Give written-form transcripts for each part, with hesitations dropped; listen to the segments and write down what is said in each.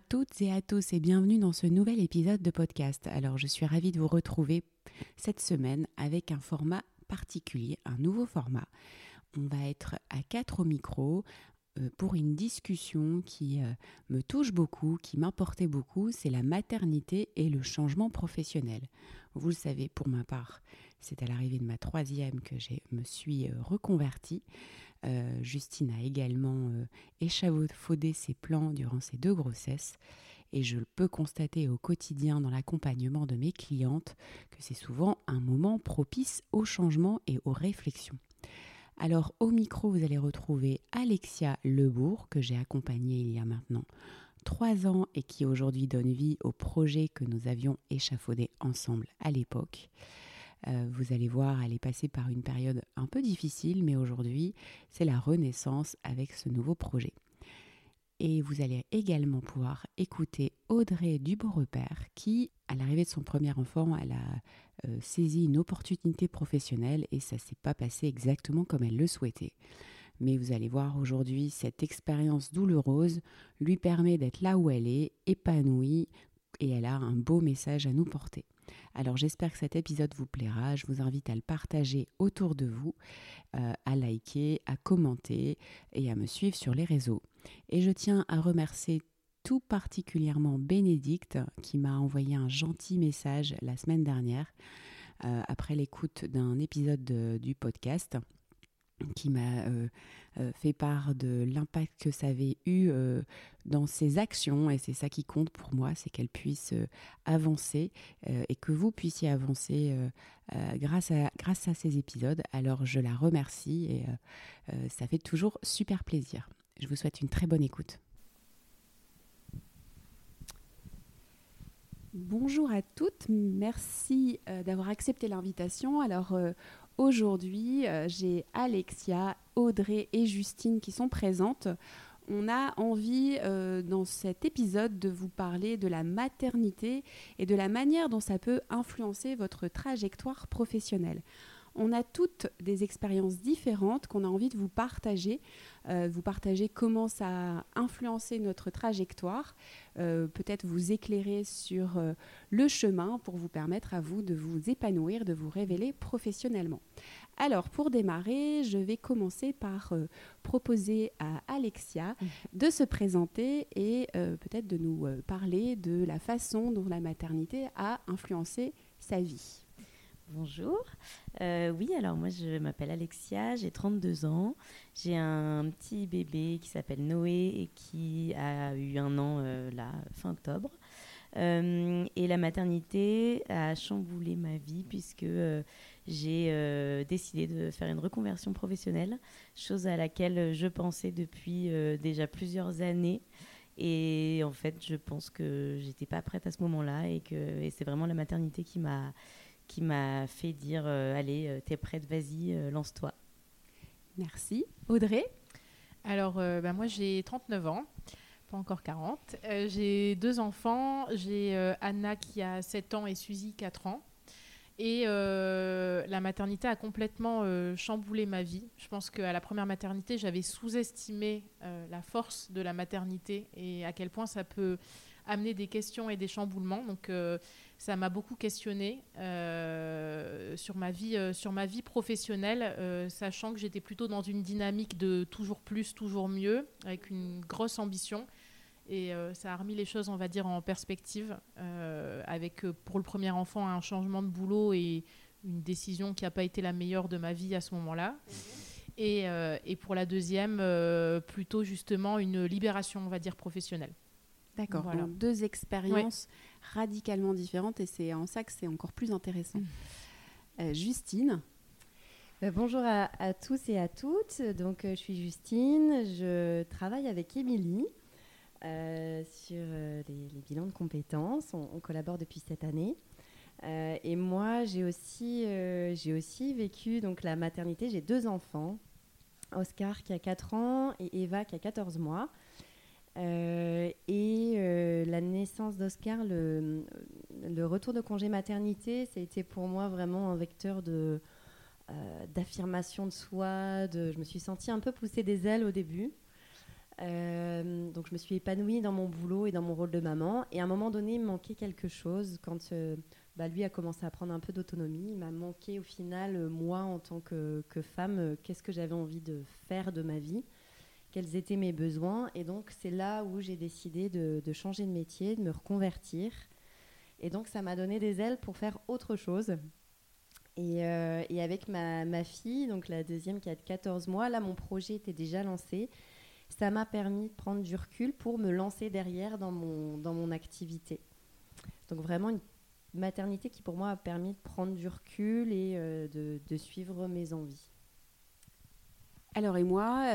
toutes et à tous et bienvenue dans ce nouvel épisode de podcast. Alors je suis ravie de vous retrouver cette semaine avec un format particulier, un nouveau format. On va être à 4 au micro pour une discussion qui me touche beaucoup, qui m'importait beaucoup, c'est la maternité et le changement professionnel. Vous le savez, pour ma part, c'est à l'arrivée de ma 3e que je me suis reconvertie. Justine a également échafaudé ses plans durant ses 2 grossesses et je peux constater au quotidien dans l'accompagnement de mes clientes que c'est souvent un moment propice au changement et aux réflexions. Alors au micro, vous allez retrouver Alexia Lebourg que j'ai accompagnée il y a maintenant 3 ans et qui aujourd'hui donne vie au projet que nous avions échafaudé ensemble à l'époque. Vous allez voir, elle est passée par une période un peu difficile, mais aujourd'hui, c'est la renaissance avec ce nouveau projet. Et vous allez également pouvoir écouter Audrey Dubois-Repère qui, à l'arrivée de son premier enfant, elle a saisi une opportunité professionnelle et ça ne s'est pas passé exactement comme elle le souhaitait. Mais vous allez voir aujourd'hui, cette expérience douloureuse lui permet d'être là où elle est, épanouie, et elle a un beau message à nous porter. Alors j'espère que cet épisode vous plaira, je vous invite à le partager autour de vous, à liker, à commenter et à me suivre sur les réseaux. Et je tiens à remercier tout particulièrement Bénédicte qui m'a envoyé un gentil message la semaine dernière après l'écoute d'un épisode du podcast qui m'a fait part de l'impact que ça avait eu dans ses actions et c'est ça qui compte pour moi, c'est qu'elle puisse avancer et que vous puissiez avancer grâce à ces épisodes. Alors je la remercie et ça fait toujours super plaisir. Je vous souhaite une très bonne écoute. Bonjour à toutes, merci d'avoir accepté l'invitation. Alors aujourd'hui, j'ai Alexia, Audrey et Justine qui sont présentes. On a envie dans cet épisode de vous parler de la maternité et de la manière dont ça peut influencer votre trajectoire professionnelle. On a toutes des expériences différentes qu'on a envie de vous partager comment ça a influencé notre trajectoire, peut-être vous éclairer sur le chemin pour vous permettre à vous de vous épanouir, de vous révéler professionnellement. Alors pour démarrer, je vais commencer par proposer à Alexia de se présenter et peut-être de nous parler de la façon dont la maternité a influencé sa vie. Bonjour, oui alors moi je m'appelle Alexia, j'ai 32 ans, j'ai un petit bébé qui s'appelle Noé et qui a eu 1 an là, fin octobre. Et la maternité a chamboulé ma vie puisque j'ai décidé de faire une reconversion professionnelle, chose à laquelle je pensais depuis déjà plusieurs années. Et en fait, je pense que j'étais pas prête à ce moment-là et c'est vraiment la maternité qui m'a fait dire allez, t'es prête, vas-y, lance-toi. Merci. Audrey ? Alors, moi j'ai 39 ans, pas encore 40. J'ai 2 enfants, j'ai Anna qui a 7 ans et Suzy 4 ans. Et la maternité a complètement chamboulé ma vie. Je pense qu'à la première maternité, j'avais sous-estimé la force de la maternité et à quel point ça peut amener des questions et des chamboulements. Donc ça m'a beaucoup questionnée sur ma vie professionnelle, sachant que j'étais plutôt dans une dynamique de toujours plus, toujours mieux, avec une grosse ambition. Et ça a remis les choses, on va dire, en perspective, avec pour le premier enfant un changement de boulot et une décision qui n'a pas été la meilleure de ma vie à ce moment-là. Et pour la deuxième, plutôt justement une libération, on va dire, professionnelle. D'accord, voilà. donc 2 expériences radicalement différentes et c'est en ça que c'est encore plus intéressant. Justine ? Bonjour à tous et à toutes. Donc, je suis Justine, je travaille avec Émilie sur les bilans de compétences. On collabore depuis cette année. Et moi, j'ai aussi vécu donc, la maternité. J'ai 2 enfants, Oscar qui a 4 ans et Eva qui a 14 mois. La naissance d'Oscar, le retour de congé maternité, ça a été pour moi vraiment un vecteur d'affirmation de soi. Je me suis sentie un peu pousser des ailes au début. Donc je me suis épanouie dans mon boulot et dans mon rôle de maman. Et à un moment donné, il me manquait quelque chose. Quand lui a commencé à prendre un peu d'autonomie, il m'a manqué au final, moi en tant que femme, qu'est-ce que j'avais envie de faire de ma vie, quels étaient mes besoins. Et donc c'est là où j'ai décidé de changer de métier, de me reconvertir. Et donc ça m'a donné des ailes pour faire autre chose. Et avec ma fille, donc la deuxième qui a 14 mois, là mon projet était déjà lancé. Ça m'a permis de prendre du recul pour me lancer derrière dans mon activité. Donc vraiment une maternité qui pour moi a permis de prendre du recul et de suivre mes envies. Alors et moi,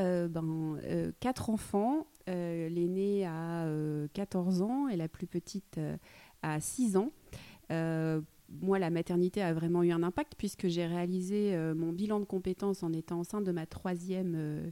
4 enfants, l'aînée a 14 ans et la plus petite a 6 ans. Moi, la maternité a vraiment eu un impact puisque j'ai réalisé mon bilan de compétences en étant enceinte de ma troisième,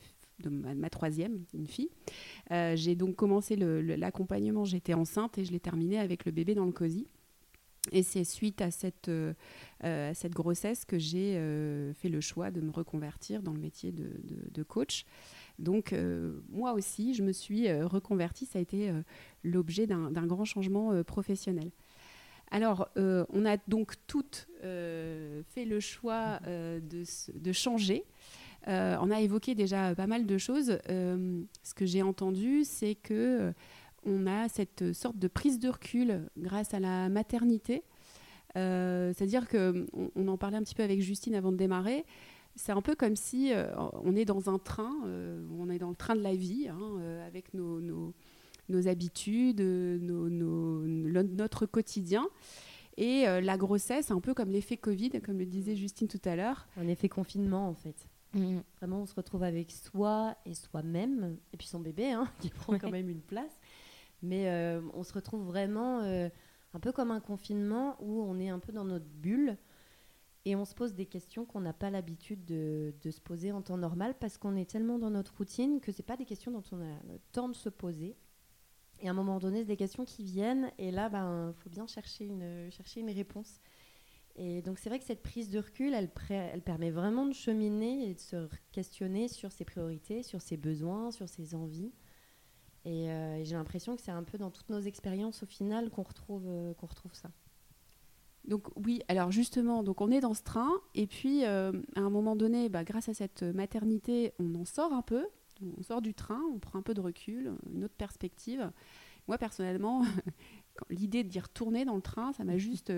une fille. J'ai donc commencé l'accompagnement, j'étais enceinte et je l'ai terminé avec le bébé dans le cosy. Et c'est suite à cette grossesse que j'ai fait le choix de me reconvertir dans le métier de coach. Donc, moi aussi, je me suis reconvertie. Ça a été l'objet d'un grand changement professionnel. Alors, on a donc toutes fait le choix de changer. On a évoqué déjà pas mal de choses. Ce que j'ai entendu, c'est que on a cette sorte de prise de recul grâce à la maternité. C'est-à-dire qu'on en parlait un petit peu avec Justine avant de démarrer. C'est un peu comme si on est dans un train, on est dans le train de la vie, avec nos habitudes, notre quotidien. Et la grossesse, un peu comme l'effet Covid, comme le disait Justine tout à l'heure. Un effet confinement, en fait. Vraiment, on se retrouve avec soi et soi-même, et puis son bébé, qui prend quand même une place. Mais on se retrouve vraiment un peu comme un confinement où on est un peu dans notre bulle et on se pose des questions qu'on n'a pas l'habitude de se poser en temps normal parce qu'on est tellement dans notre routine que ce n'est pas des questions dont on a le temps de se poser. Et à un moment donné, c'est des questions qui viennent et là, faut bien chercher une réponse. Et donc, c'est vrai que cette prise de recul, elle permet vraiment de cheminer et de se questionner sur ses priorités, sur ses besoins, sur ses envies. Et j'ai l'impression que c'est un peu dans toutes nos expériences, au final, qu'on retrouve ça. Donc oui, alors justement, donc on est dans ce train et puis à un moment donné, grâce à cette maternité, on en sort un peu, on sort du train, on prend un peu de recul, une autre perspective. Moi, personnellement, l'idée d'y retourner dans le train, ça m'a juste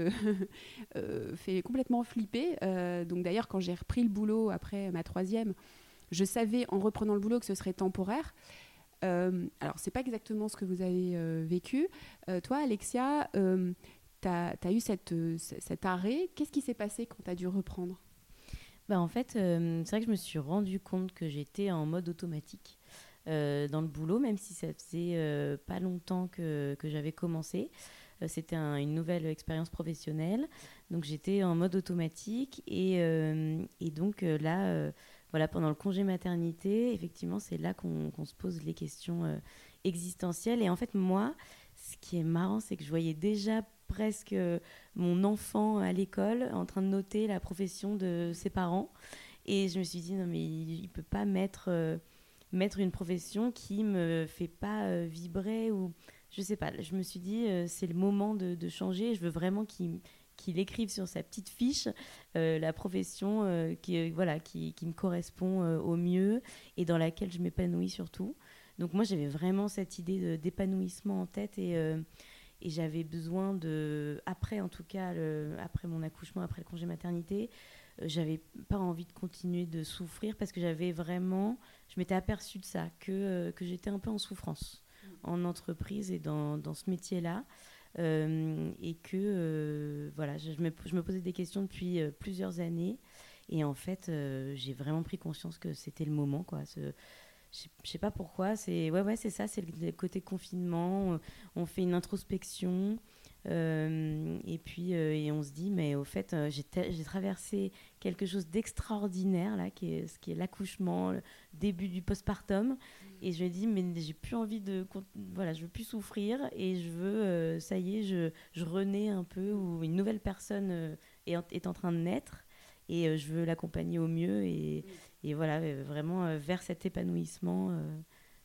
fait complètement flipper. Donc d'ailleurs, quand j'ai repris le boulot après ma troisième, je savais en reprenant le boulot que ce serait temporaire. Alors, c'est pas exactement ce que vous avez vécu. Toi, Alexia, tu as eu cet arrêt. Qu'est-ce qui s'est passé quand tu as dû reprendre ? En fait, c'est vrai que je me suis rendu compte que j'étais en mode automatique dans le boulot, même si ça faisait pas longtemps que j'avais commencé. C'était une nouvelle expérience professionnelle. Donc, j'étais en mode automatique. Et donc, là... Voilà, pendant le congé maternité, effectivement, c'est là qu'on se pose les questions existentielles. Et en fait, moi, ce qui est marrant, c'est que je voyais déjà presque mon enfant à l'école en train de noter la profession de ses parents. Et je me suis dit, non, mais il ne peut pas mettre une profession qui ne me fait pas vibrer ou... Je ne sais pas, je me suis dit, c'est le moment de changer. Je veux vraiment qu'il écrive sur sa petite fiche la profession qui me correspond au mieux et dans laquelle je m'épanouis surtout. Donc moi, j'avais vraiment cette idée d'épanouissement en tête et j'avais besoin après en tout cas, après mon accouchement, après le congé maternité, j'avais pas envie de continuer de souffrir parce que je m'étais aperçue de ça, que j'étais un peu en souffrance en entreprise et dans ce métier-là. Et que je me posais des questions depuis plusieurs années et en fait j'ai vraiment pris conscience que c'était le moment quoi. Je sais pas pourquoi, c'est ça, c'est le côté confinement, on fait une introspection et puis et on se dit mais au fait j'ai traversé quelque chose d'extraordinaire là ce qui est l'accouchement, le début du postpartum. Et je me dis, mais j'ai plus envie je veux plus souffrir et je veux, ça y est, je renais un peu où une nouvelle personne est en train de naître et je veux l'accompagner au mieux et voilà, vraiment vers cet épanouissement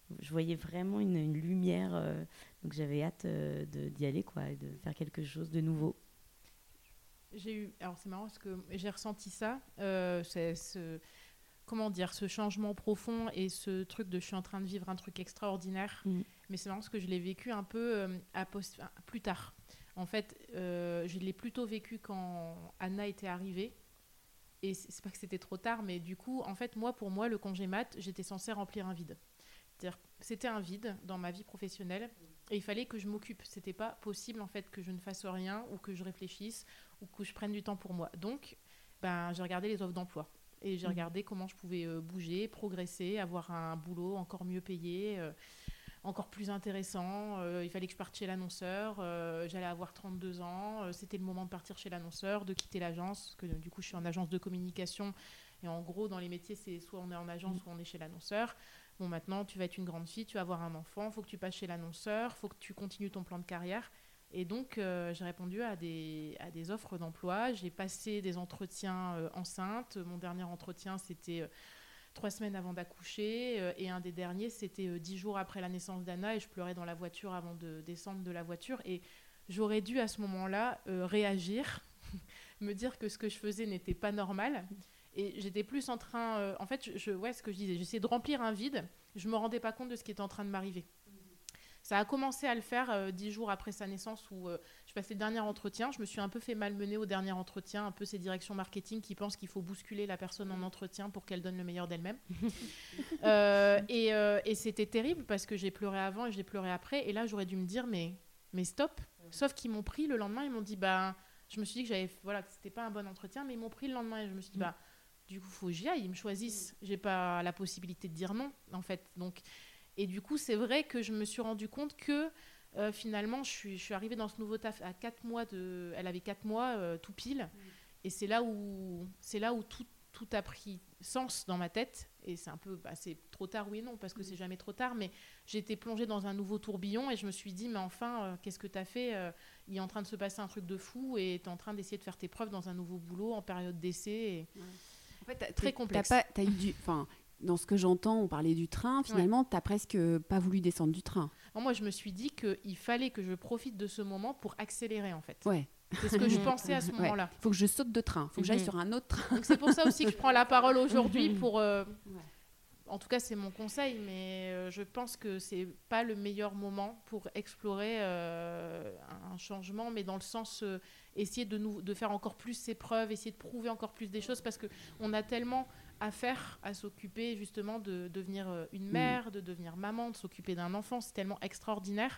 je voyais vraiment une lumière. Donc j'avais hâte d'y aller, quoi, et de faire quelque chose de nouveau. Alors c'est marrant parce que j'ai ressenti ça, comment dire, ce changement profond et ce truc de je suis en train de vivre un truc extraordinaire. Mais c'est marrant parce que je l'ai vécu un peu plus tard. En fait, je l'ai plutôt vécu quand Anna était arrivée. Et c'est pas que c'était trop tard, mais du coup, en fait, pour moi, le congé mat, j'étais censée remplir un vide. C'est-à-dire, c'était un vide dans ma vie professionnelle et il fallait que je m'occupe. C'était pas possible, en fait, que je ne fasse rien ou que je réfléchisse ou que je prenne du temps pour moi. Donc, j'ai regardé les offres d'emploi et j'ai regardé comment je pouvais bouger, progresser, avoir un boulot encore mieux payé, encore plus intéressant. Il fallait que je parte chez l'annonceur. J'allais avoir 32 ans. C'était le moment de partir chez l'annonceur, de quitter l'agence, parce que du coup, je suis en agence de communication. Et en gros, dans les métiers, c'est soit on est en agence, soit on est chez l'annonceur. Bon, maintenant, tu vas être une grande fille, tu vas avoir un enfant, il faut que tu passes chez l'annonceur, il faut que tu continues ton plan de carrière. Et donc, j'ai répondu à des offres d'emploi. J'ai passé des entretiens enceinte. Mon dernier entretien, c'était 3 semaines avant d'accoucher. Et un des derniers, c'était 10 jours après la naissance d'Anna. Et je pleurais dans la voiture avant de descendre de la voiture. Et j'aurais dû, à ce moment-là, réagir, me dire que ce que je faisais n'était pas normal. Et j'étais plus en train... en fait, ce que je disais, j'essayais de remplir un vide. Je ne me rendais pas compte de ce qui était en train de m'arriver. Ça a commencé à le faire 10 jours après sa naissance où je passais le dernier entretien. Je me suis un peu fait malmener au dernier entretien, un peu ces directions marketing qui pensent qu'il faut bousculer la personne en entretien pour qu'elle donne le meilleur d'elle-même. Et c'était terrible parce que j'ai pleuré avant et j'ai pleuré après. Et là, j'aurais dû me dire, mais stop. Sauf qu'ils m'ont pris le lendemain, ils m'ont dit, je me suis dit que c'était pas un bon entretien, mais ils m'ont pris le lendemain et je me suis dit, du coup, faut que j'y aille, ils me choisissent. J'ai pas la possibilité de dire non, en fait. Donc, et du coup, c'est vrai que je me suis rendu compte que finalement, je suis arrivée dans ce nouveau taf à 4 mois elle avait 4 mois tout pile. Et c'est là où tout a pris sens dans ma tête. Et c'est un peu, c'est trop tard, oui et non, parce que c'est jamais trop tard. Mais j'étais plongée dans un nouveau tourbillon et je me suis dit, mais enfin, qu'est-ce que tu as fait il est en train de se passer un truc de fou et tu es en train d'essayer de faire tes preuves dans un nouveau boulot en période d'essai. En fait, très complexe. T'as eu dans ce que j'entends, on parlait du train. Finalement, tu n'as presque pas voulu descendre du train. Alors moi, je me suis dit qu'il fallait que je profite de ce moment pour accélérer, en fait. Ouais. C'est ce que je pensais à ce moment-là. Il faut que je saute de train. Il faut que j'aille sur un autre train. Donc c'est pour ça aussi que je prends la parole aujourd'hui pour... En tout cas, c'est mon conseil, mais je pense que c'est pas le meilleur moment pour explorer un changement, mais dans le sens essayer de faire encore plus ses preuves, essayer de prouver encore plus des choses, parce qu'on a tellement à faire, à s'occuper justement de devenir une mère, de devenir maman, de s'occuper d'un enfant. C'est tellement extraordinaire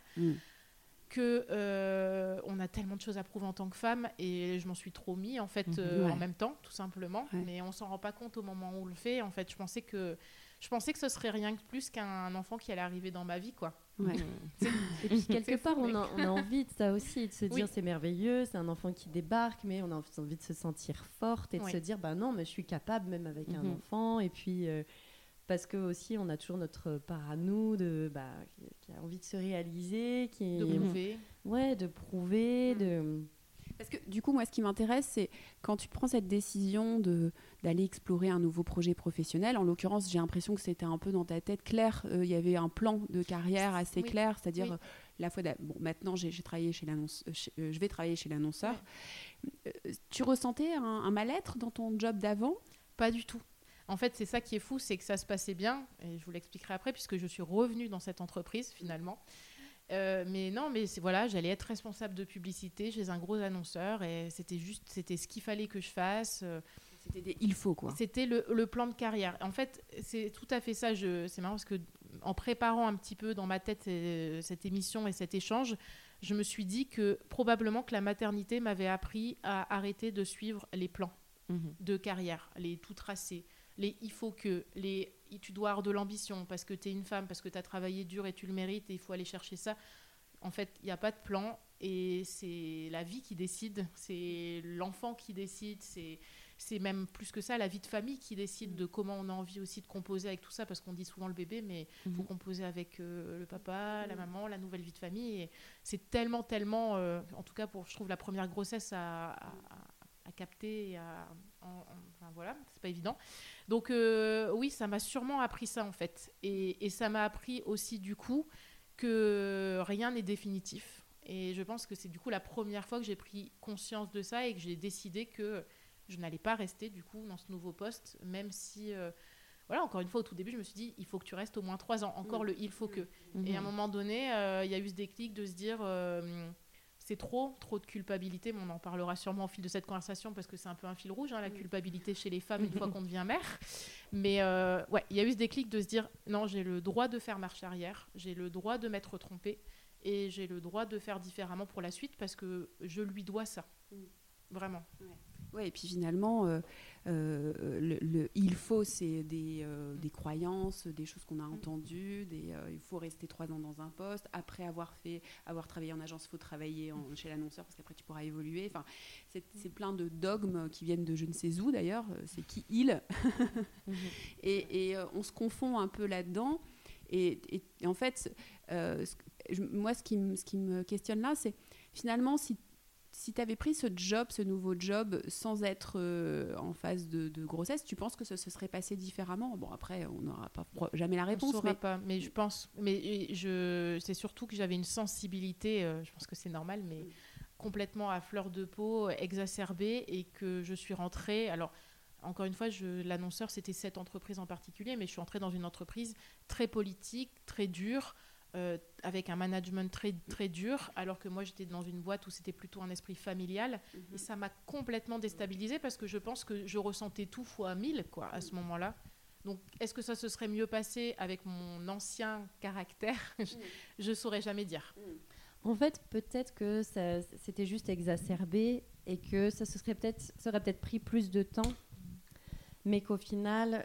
que on a tellement de choses à prouver en tant que femme, et je m'en suis trop mis en fait en même temps, tout simplement. Mais on s'en rend pas compte au moment où on le fait. En fait, je pensais que ce serait rien de plus qu'un enfant qui allait arriver dans ma vie, quoi. Et puis quelque part, on a envie de ça aussi, de se dire c'est merveilleux, c'est un enfant qui débarque, mais on a envie de se sentir forte et de se dire non, mais je suis capable même avec un enfant. Et puis parce que aussi on a toujours notre part à nous qui a envie de se réaliser, de prouver. De prouver, Parce que du coup, moi, ce qui m'intéresse, c'est quand tu prends cette décision d'aller explorer un nouveau projet professionnel. En l'occurrence, j'ai l'impression que c'était un peu dans ta tête clair. Il y avait un plan de carrière assez clair, c'est-à-dire la fois maintenant, j'ai travaillé je vais travailler chez l'annonceur. Tu ressentais un mal-être dans ton job d'avant ? Pas du tout. En fait, c'est ça qui est fou, c'est que ça se passait bien, et je vous l'expliquerai après, puisque je suis revenue dans cette entreprise finalement. Mais non, mais j'allais être responsable de publicité chez un gros annonceur et c'était ce qu'il fallait que je fasse. Il faut quoi. C'était le plan de carrière. En fait, c'est tout à fait ça. C'est marrant parce que en préparant un petit peu dans ma tête cette émission et cet échange, je me suis dit que probablement que la maternité m'avait appris à arrêter de suivre les plans de carrière, les tout tracés. Il faut que, tu dois avoir de l'ambition parce que tu es une femme, parce que tu as travaillé dur et tu le mérites et il faut aller chercher ça. En fait, il n'y a pas de plan et c'est la vie qui décide, c'est l'enfant qui décide, c'est même plus que ça, la vie de famille qui décide de comment on a envie aussi de composer avec tout ça, parce qu'on dit souvent le bébé, mais il faut composer avec le papa, la maman, la nouvelle vie de famille. Et c'est tellement, en tout cas je trouve la première grossesse à capter et enfin, voilà, c'est pas évident. Donc oui, ça m'a sûrement appris ça en fait, et ça m'a appris aussi du coup que rien n'est définitif. Et je pense que c'est du coup la première fois que j'ai pris conscience de ça et que j'ai décidé que je n'allais pas rester du coup dans ce nouveau poste, même si, voilà, encore une fois, au tout début, je me suis dit, il faut que tu restes au moins 3 ans. Encore il faut que. Et à un moment donné, il y a eu ce déclic de se dire, c'est trop de culpabilité. Mais on en parlera sûrement au fil de cette conversation parce que c'est un peu un fil rouge, hein, la culpabilité chez les femmes une fois qu'on devient mère. Mais ouais, il y a eu ce déclic de se dire, non, j'ai le droit de faire marche arrière, j'ai le droit de m'être trompée et j'ai le droit de faire différemment pour la suite parce que je lui dois ça. Vraiment. Ouais, et puis finalement, il faut, c'est des croyances, des choses qu'on a entendues, il faut rester 3 ans dans un poste. Après avoir travaillé en agence, il faut travailler chez l'annonceur parce qu'après tu pourras évoluer. Enfin, c'est plein de dogmes qui viennent de je ne sais où d'ailleurs. C'est qui il et on se confond un peu là-dedans. Et en fait, moi, ce qui me questionne là, c'est finalement si tu avais pris ce nouveau job, sans être en phase de grossesse, tu penses que ce se serait passé différemment ? Bon, après, on n'aura jamais la réponse. On ne saura pas, mais je pense... c'est surtout que j'avais une sensibilité, je pense que c'est normal, mais complètement à fleur de peau, exacerbée, et que je suis rentrée... Alors, encore une fois, l'annonceur, c'était cette entreprise en particulier, mais je suis entrée dans une entreprise très politique, très dure, avec un management très, très dur, alors que moi j'étais dans une boîte où c'était plutôt un esprit familial, et ça m'a complètement déstabilisée parce que je pense que je ressentais tout fois 1000 quoi, à ce moment-là. Donc est-ce que ça se serait mieux passé avec mon ancien caractère ? Je ne saurais jamais dire. En fait, peut-être que c'était juste exacerbé et que ça aurait peut-être pris plus de temps, mais qu'au final,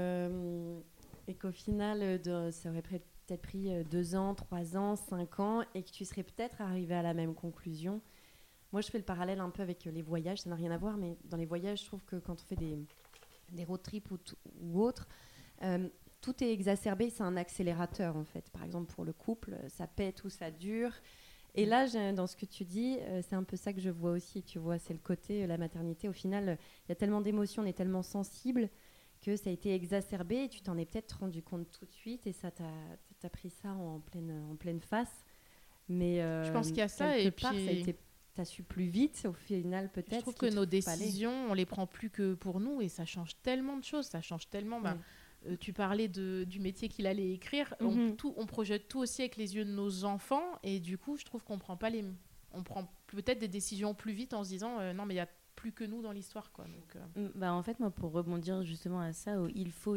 ça aurait peut-être pris 2 ans, 3 ans, 5 ans, et que tu serais peut-être arrivé à la même conclusion. Moi, je fais le parallèle un peu avec les voyages, ça n'a rien à voir, mais dans les voyages, je trouve que quand on fait des road trips ou autres, tout est exacerbé, c'est un accélérateur en fait. Par exemple, pour le couple, ça pète ou ça dure. Et là, dans ce que tu dis, c'est un peu ça que je vois aussi. Tu vois, c'est le côté, la maternité, au final, il y a tellement d'émotions, on est tellement sensible que ça a été exacerbé et tu t'en es peut-être rendu compte tout de suite et ça t'as pris ça en pleine face. Mais je pense qu'il y a ça et puis t'as su plus vite au final peut-être. Je trouve que nos décisions, on les prend plus que pour nous et ça change tellement de choses, ça change tellement. Tu parlais du métier qu'il allait écrire, on projette tout aussi avec les yeux de nos enfants et du coup, je trouve qu'on prend peut-être des décisions plus vite en se disant non mais il y a plus que nous dans l'histoire quoi. Donc, en fait moi pour rebondir justement à ça il faut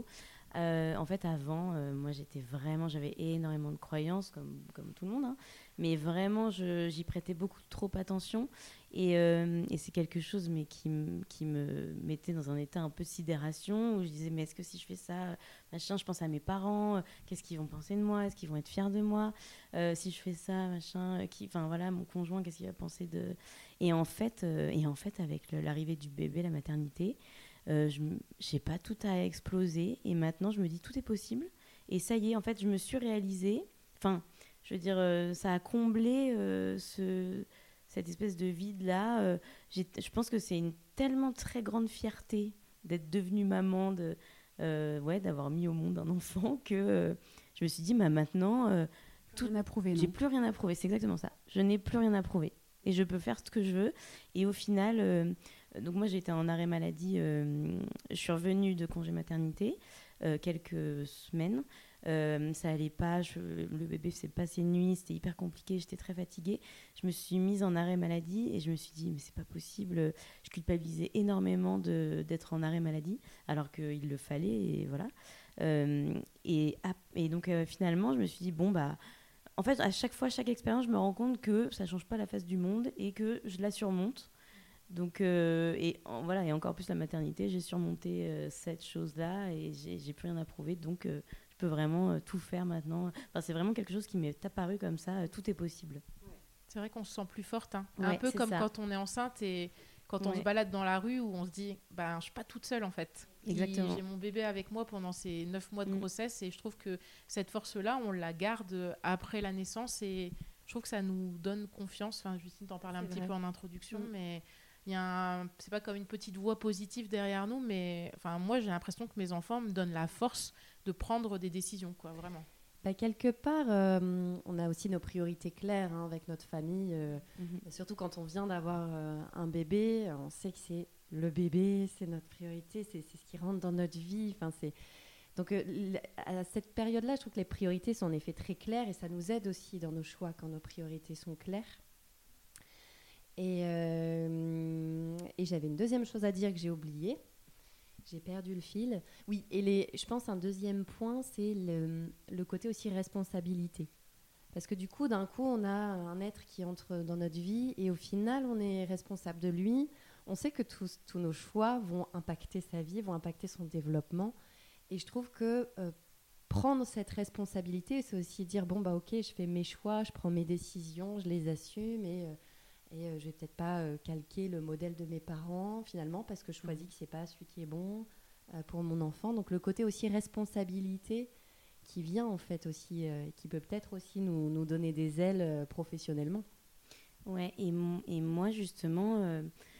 en fait avant moi j'avais énormément de croyances comme tout le monde hein, mais vraiment j'y prêtais beaucoup trop attention et c'est quelque chose mais qui me mettait dans un état un peu de sidération où je disais mais est-ce que si je fais ça machin, je pense à mes parents, qu'est-ce qu'ils vont penser de moi, est-ce qu'ils vont être fiers de moi, si je fais ça machin, enfin voilà mon conjoint qu'est-ce qu'il va penser de... et en fait avec l'arrivée du bébé, la maternité, j'ai pas tout à exploser et maintenant je me dis tout est possible et ça y est en fait je me suis réalisée, enfin je veux dire ça a comblé cette espèce de vide là, je pense que c'est une tellement très grande fierté d'être devenue maman, d'avoir mis au monde un enfant que je me suis dit maintenant tout à prouver, j'ai plus rien à prouver, c'est exactement ça, je n'ai plus rien à prouver et je peux faire ce que je veux et au final donc moi j'ai été en arrêt maladie, je suis revenue de congé maternité quelques semaines, ça allait pas, le bébé s'est passé une nuit, c'était hyper compliqué, j'étais très fatiguée, je me suis mise en arrêt maladie et je me suis dit mais c'est pas possible, je culpabilisais énormément d'être en arrêt maladie alors qu'il le fallait et voilà, et donc finalement je me suis dit bon bah en fait à chaque expérience je me rends compte que ça change pas la face du monde et que je la surmonte. Donc voilà, et encore plus la maternité, j'ai surmonté cette chose-là et j'ai plus rien à prouver, donc je peux vraiment tout faire maintenant. Enfin, c'est vraiment quelque chose qui m'est apparu comme ça, tout est possible. C'est vrai qu'on se sent plus forte, hein. Ouais, un peu comme ça. Quand on est enceinte et quand on se balade dans la rue où on se dit je suis pas toute seule en fait. Exactement. J'ai mon bébé avec moi pendant ces 9 mois de grossesse et je trouve que cette force-là, on la garde après la naissance et je trouve que ça nous donne confiance. Enfin, Justine t'en parlait un petit peu en introduction, mais c'est pas comme une petite voix positive derrière nous, mais moi j'ai l'impression que mes enfants me donnent la force de prendre des décisions, quoi, vraiment. Quelque part, on a aussi nos priorités claires avec notre famille. Surtout quand on vient d'avoir un bébé, on sait que c'est le bébé, c'est notre priorité, c'est ce qui rentre dans notre vie. Donc à cette période-là, je trouve que les priorités sont en effet très claires et ça nous aide aussi dans nos choix quand nos priorités sont claires. Et j'avais une deuxième chose à dire que j'ai oubliée. J'ai perdu le fil. Oui, et je pense un deuxième point, c'est le côté aussi responsabilité. Parce que du coup, d'un coup, on a un être qui entre dans notre vie et au final, on est responsable de lui. On sait que tous nos choix vont impacter sa vie, vont impacter son développement. Et je trouve que prendre cette responsabilité, c'est aussi dire, ok, je fais mes choix, je prends mes décisions, je les assume et je vais peut-être pas calquer le modèle de mes parents finalement parce que je choisis que c'est pas celui qui est bon pour mon enfant. Donc le côté aussi responsabilité qui vient en fait aussi, qui peut peut-être aussi nous donner des ailes professionnellement. Ouais, et moi justement,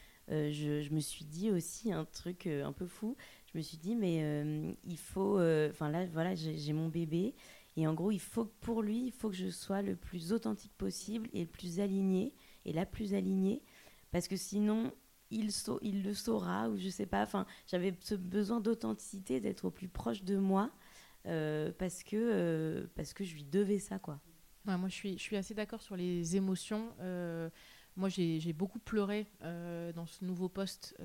je me suis dit aussi un truc un peu fou. Je me suis dit mais il faut, là voilà, j'ai mon bébé et en gros il faut que je sois le plus authentique possible et le plus aligné. Et la plus alignée, parce que sinon, il le saura, ou je sais pas, j'avais ce besoin d'authenticité, d'être au plus proche de moi, parce que je lui devais ça, quoi. Ouais, moi, je suis assez d'accord sur les émotions. Moi, j'ai beaucoup pleuré dans ce nouveau poste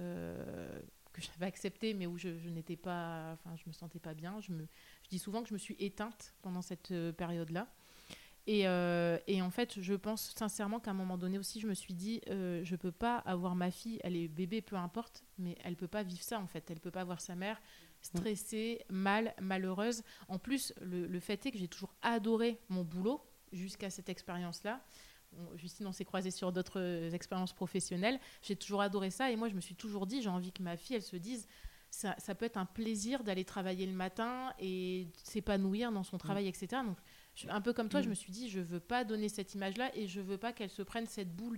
que j'avais accepté, mais où je n'étais pas, je me sentais pas bien. Je dis souvent que je me suis éteinte pendant cette période-là. Et en fait, je pense sincèrement qu'à un moment donné aussi, je me suis dit, je peux pas avoir ma fille, elle est bébé, peu importe, mais elle peut pas vivre ça en fait. Elle peut pas voir sa mère stressée, malheureuse. En plus, le fait est que j'ai toujours adoré mon boulot jusqu'à cette expérience-là. Justine, on s'est croisés sur d'autres expériences professionnelles. J'ai toujours adoré ça et moi, je me suis toujours dit, j'ai envie que ma fille, elle se dise, ça peut être un plaisir d'aller travailler le matin et s'épanouir dans son travail, etc. Donc, un peu comme toi, je me suis dit, je veux pas donner cette image-là et je veux pas qu'elle se prenne cette boule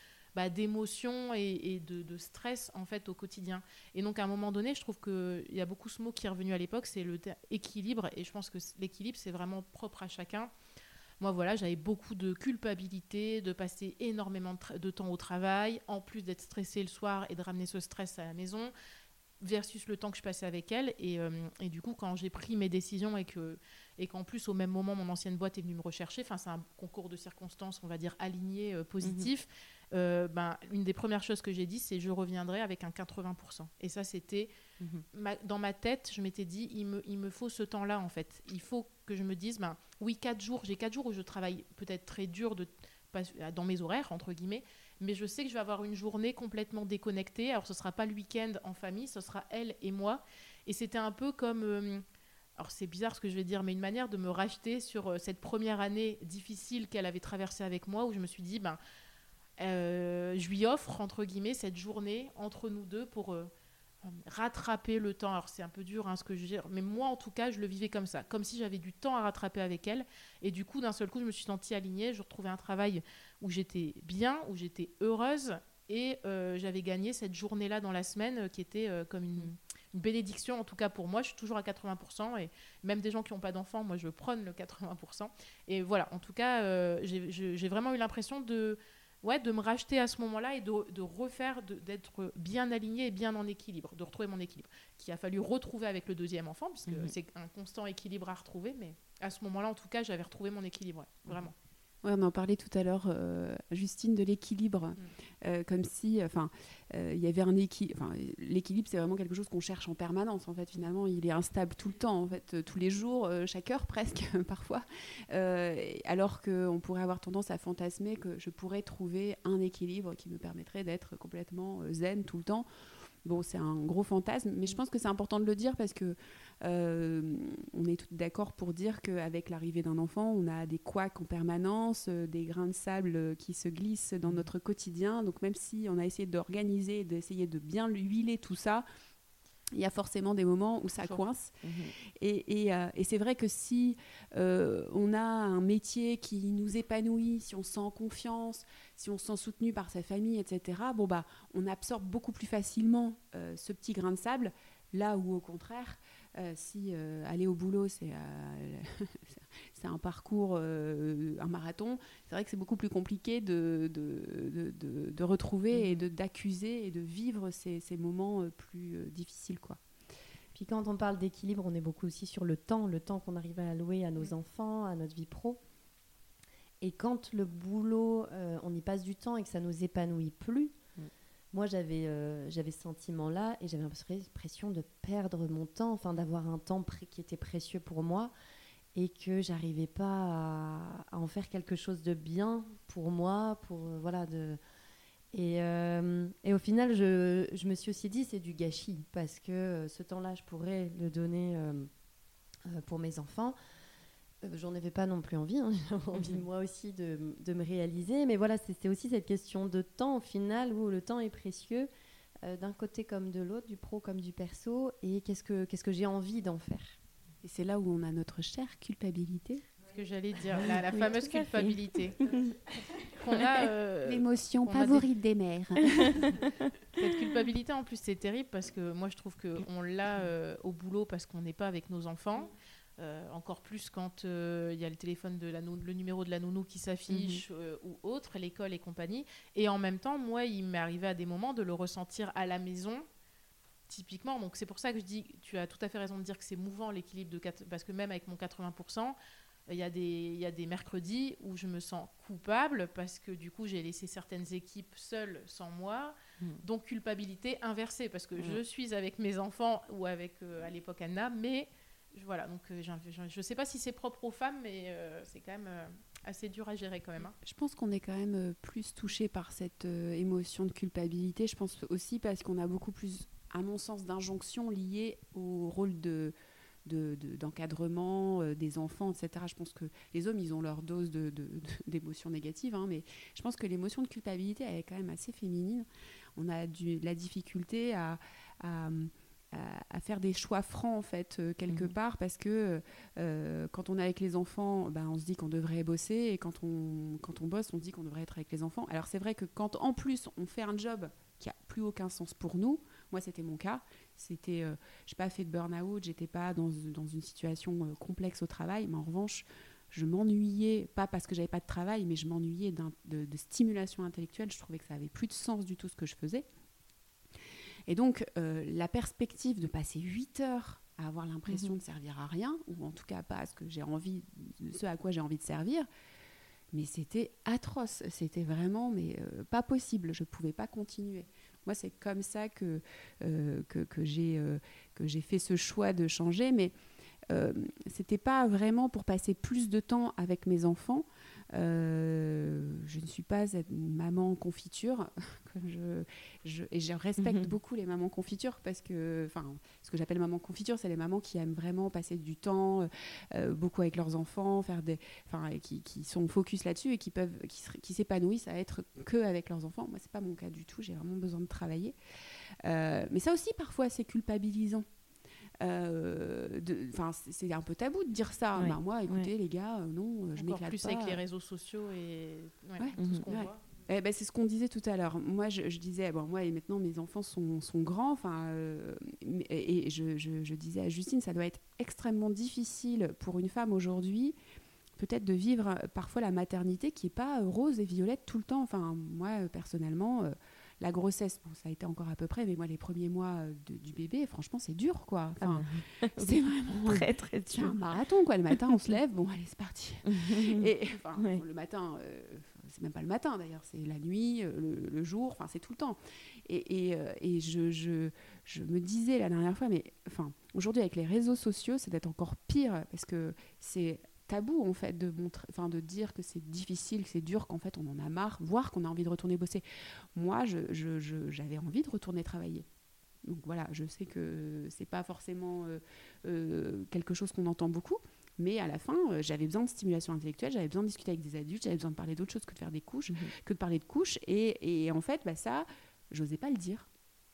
d'émotion et de stress en fait au quotidien. Et donc à un moment donné, je trouve qu'il y a beaucoup ce mot qui est revenu à l'époque, c'est le équilibre. Et je pense que l'équilibre, c'est vraiment propre à chacun. Moi, voilà, j'avais beaucoup de culpabilité, de passer énormément de temps au travail, en plus d'être stressée le soir et de ramener ce stress à la maison, versus le temps que je passais avec elle. Et du coup, quand j'ai pris mes décisions et qu'en plus, au même moment, mon ancienne boîte est venue me rechercher, c'est un concours de circonstances, on va dire, aligné, positif, une des premières choses que j'ai dit, c'est je reviendrai avec un 80%. Et ça, c'était... dans ma tête, je m'étais dit, il me faut ce temps-là, en fait. Il faut que je me dise, oui, 4 jours, j'ai 4 jours où je travaille peut-être très dur dans mes horaires, entre guillemets, mais je sais que je vais avoir une journée complètement déconnectée. Alors, ce ne sera pas le week-end en famille, ce sera elle et moi. Et c'était un peu comme... alors, c'est bizarre ce que je vais dire, mais une manière de me racheter sur cette première année difficile qu'elle avait traversée avec moi, où je me suis dit, je lui offre, entre guillemets, cette journée entre nous deux pour rattraper le temps. Alors, c'est un peu dur ce que je veux dire, mais moi, en tout cas, je le vivais comme ça, comme si j'avais du temps à rattraper avec elle. Et du coup, d'un seul coup, je me suis sentie alignée. Je retrouvais un travail où j'étais bien, où j'étais heureuse. Et j'avais gagné cette journée-là dans la semaine qui était comme une bénédiction, en tout cas pour moi. Je suis toujours à 80%. Et même des gens qui n'ont pas d'enfants, moi, je prône le 80%. Et voilà, en tout cas, j'ai vraiment eu l'impression de me racheter à ce moment-là et de refaire, d'être bien alignée et bien en équilibre, de retrouver mon équilibre, qu'il a fallu retrouver avec le deuxième enfant, puisque c'est un constant équilibre à retrouver. Mais à ce moment-là, en tout cas, j'avais retrouvé mon équilibre, vraiment. Ouais, on en parlait tout à l'heure, Justine, de l'équilibre, comme si, il y avait un équilibre. L'équilibre, c'est vraiment quelque chose qu'on cherche en permanence. En fait, finalement, il est instable tout le temps, en fait, tous les jours, chaque heure presque, parfois. Alors qu'on pourrait avoir tendance à fantasmer que je pourrais trouver un équilibre qui me permettrait d'être complètement zen tout le temps. Bon, c'est un gros fantasme, mais je pense que c'est important de le dire parce que on est tous d'accord pour dire qu'avec l'arrivée d'un enfant, on a des couacs en permanence, des grains de sable qui se glissent dans notre quotidien. Donc même si on a essayé d'organiser, d'essayer de bien huiler tout ça, il y a forcément des moments où ça coince. Et c'est vrai que si on a un métier qui nous épanouit, si on se sent en confiance, si on se sent soutenu par sa famille, etc., on absorbe beaucoup plus facilement ce petit grain de sable, là où au contraire, si aller au boulot, c'est un parcours, un marathon, c'est vrai que c'est beaucoup plus compliqué de retrouver et d'accuser et de vivre ces moments plus difficiles, quoi. Puis quand on parle d'équilibre, on est beaucoup aussi sur le temps qu'on arrive à allouer à nos enfants, à notre vie pro. Et quand le boulot, on y passe du temps et que ça nous épanouit plus, moi j'avais ce sentiment-là et j'avais l'impression de perdre mon temps, enfin d'avoir un temps qui était précieux pour moi et que j'arrivais pas à en faire quelque chose de bien pour moi, Et au final, je me suis aussi dit c'est du gâchis parce que ce temps-là, je pourrais le donner pour mes enfants. J'en avais pas non plus envie, j'avais envie moi aussi de me réaliser. Mais voilà, c'est aussi cette question de temps au final où le temps est précieux d'un côté comme de l'autre, du pro comme du perso. Et qu'est-ce que j'ai envie d'en faire? Et c'est là où on a notre chère culpabilité. Ce que j'allais dire, la fameuse culpabilité. Qu'on a, l'émotion favorite des mères. Cette culpabilité, en plus, c'est terrible parce que moi, je trouve qu'on l'a au boulot parce qu'on n'est pas avec nos enfants. Encore plus quand il y a le téléphone le numéro de la nounou qui s'affiche ou autre, l'école et compagnie. Et en même temps, moi, il m'est arrivé à des moments de le ressentir à la maison, typiquement. Donc, c'est pour ça que je dis, tu as tout à fait raison de dire que c'est mouvant l'équilibre parce que même avec mon 80%, il y a des mercredis où je me sens coupable parce que du coup, j'ai laissé certaines équipes seules sans moi. Donc, culpabilité inversée parce que je suis avec mes enfants ou avec, à l'époque, Anna, mais... Voilà, donc je ne sais pas si c'est propre aux femmes, mais c'est quand même assez dur à gérer quand même. Je pense qu'on est quand même plus touché par cette émotion de culpabilité. Je pense aussi parce qu'on a beaucoup plus, à mon sens, d'injonctions liées au rôle d'encadrement des enfants, etc. Je pense que les hommes, ils ont leur dose d'émotions négatives, mais je pense que l'émotion de culpabilité, elle est quand même assez féminine. On a de la difficulté à faire des choix francs en fait quelque part parce que quand on est avec les enfants on se dit qu'on devrait bosser et quand on bosse on se dit qu'on devrait être avec les enfants. Alors c'est vrai que quand en plus on fait un job qui a plus aucun sens pour nous, moi c'était mon cas, j'ai pas fait de burn-out, j'étais pas dans une situation complexe au travail, mais en revanche je m'ennuyais, pas parce que j'avais pas de travail, mais je m'ennuyais de stimulation intellectuelle. Je trouvais que ça avait plus de sens du tout ce que je faisais. Et donc, la perspective de passer 8 heures à avoir l'impression de servir à rien, ou en tout cas pas à ce à quoi j'ai envie de servir, mais c'était atroce. C'était vraiment pas possible. Je ne pouvais pas continuer. Moi, c'est comme ça que j'ai fait ce choix de changer, mais ce n'était pas vraiment pour passer plus de temps avec mes enfants. Je ne suis pas une maman confiture et je respecte beaucoup les mamans confitures parce que ce que j'appelle maman confiture, c'est les mamans qui aiment vraiment passer du temps beaucoup avec leurs enfants, qui sont focus là-dessus et qui s'épanouissent à être que avec leurs enfants. Moi, c'est pas mon cas du tout, j'ai vraiment besoin de travailler, mais ça aussi parfois c'est culpabilisant. C'est un peu tabou de dire ça. Ouais. Moi, écoutez, les gars, non, je m'éclate pas. Encore plus avec les réseaux sociaux et tout ce qu'on voit. C'est ce qu'on disait tout à l'heure. Moi, je disais, moi, et maintenant, mes enfants sont grands. Et je disais à Justine, ça doit être extrêmement difficile pour une femme aujourd'hui, peut-être de vivre parfois la maternité qui n'est pas rose et violette tout le temps. Moi, personnellement... la grossesse, ça a été encore à peu près, mais moi, les premiers mois du bébé, franchement, c'est dur, quoi. C'est vraiment très, très dur. C'est un marathon, quoi. Le matin, on se lève, bon, allez, c'est parti. Le matin, c'est même pas le matin, d'ailleurs, c'est la nuit, le jour, c'est tout le temps. Et je me disais la dernière fois, mais aujourd'hui, avec les réseaux sociaux, c'est d'être encore pire, parce que c'est... tabou en fait de dire que c'est difficile, que c'est dur, qu'en fait on en a marre, voire qu'on a envie de retourner bosser. Moi, j'avais envie de retourner travailler. Donc voilà, je sais que c'est pas forcément quelque chose qu'on entend beaucoup, mais à la fin, j'avais besoin de stimulation intellectuelle, j'avais besoin de discuter avec des adultes, j'avais besoin de parler d'autre chose que de faire des couches, que de parler de couches, et en fait, ça, j'osais pas le dire.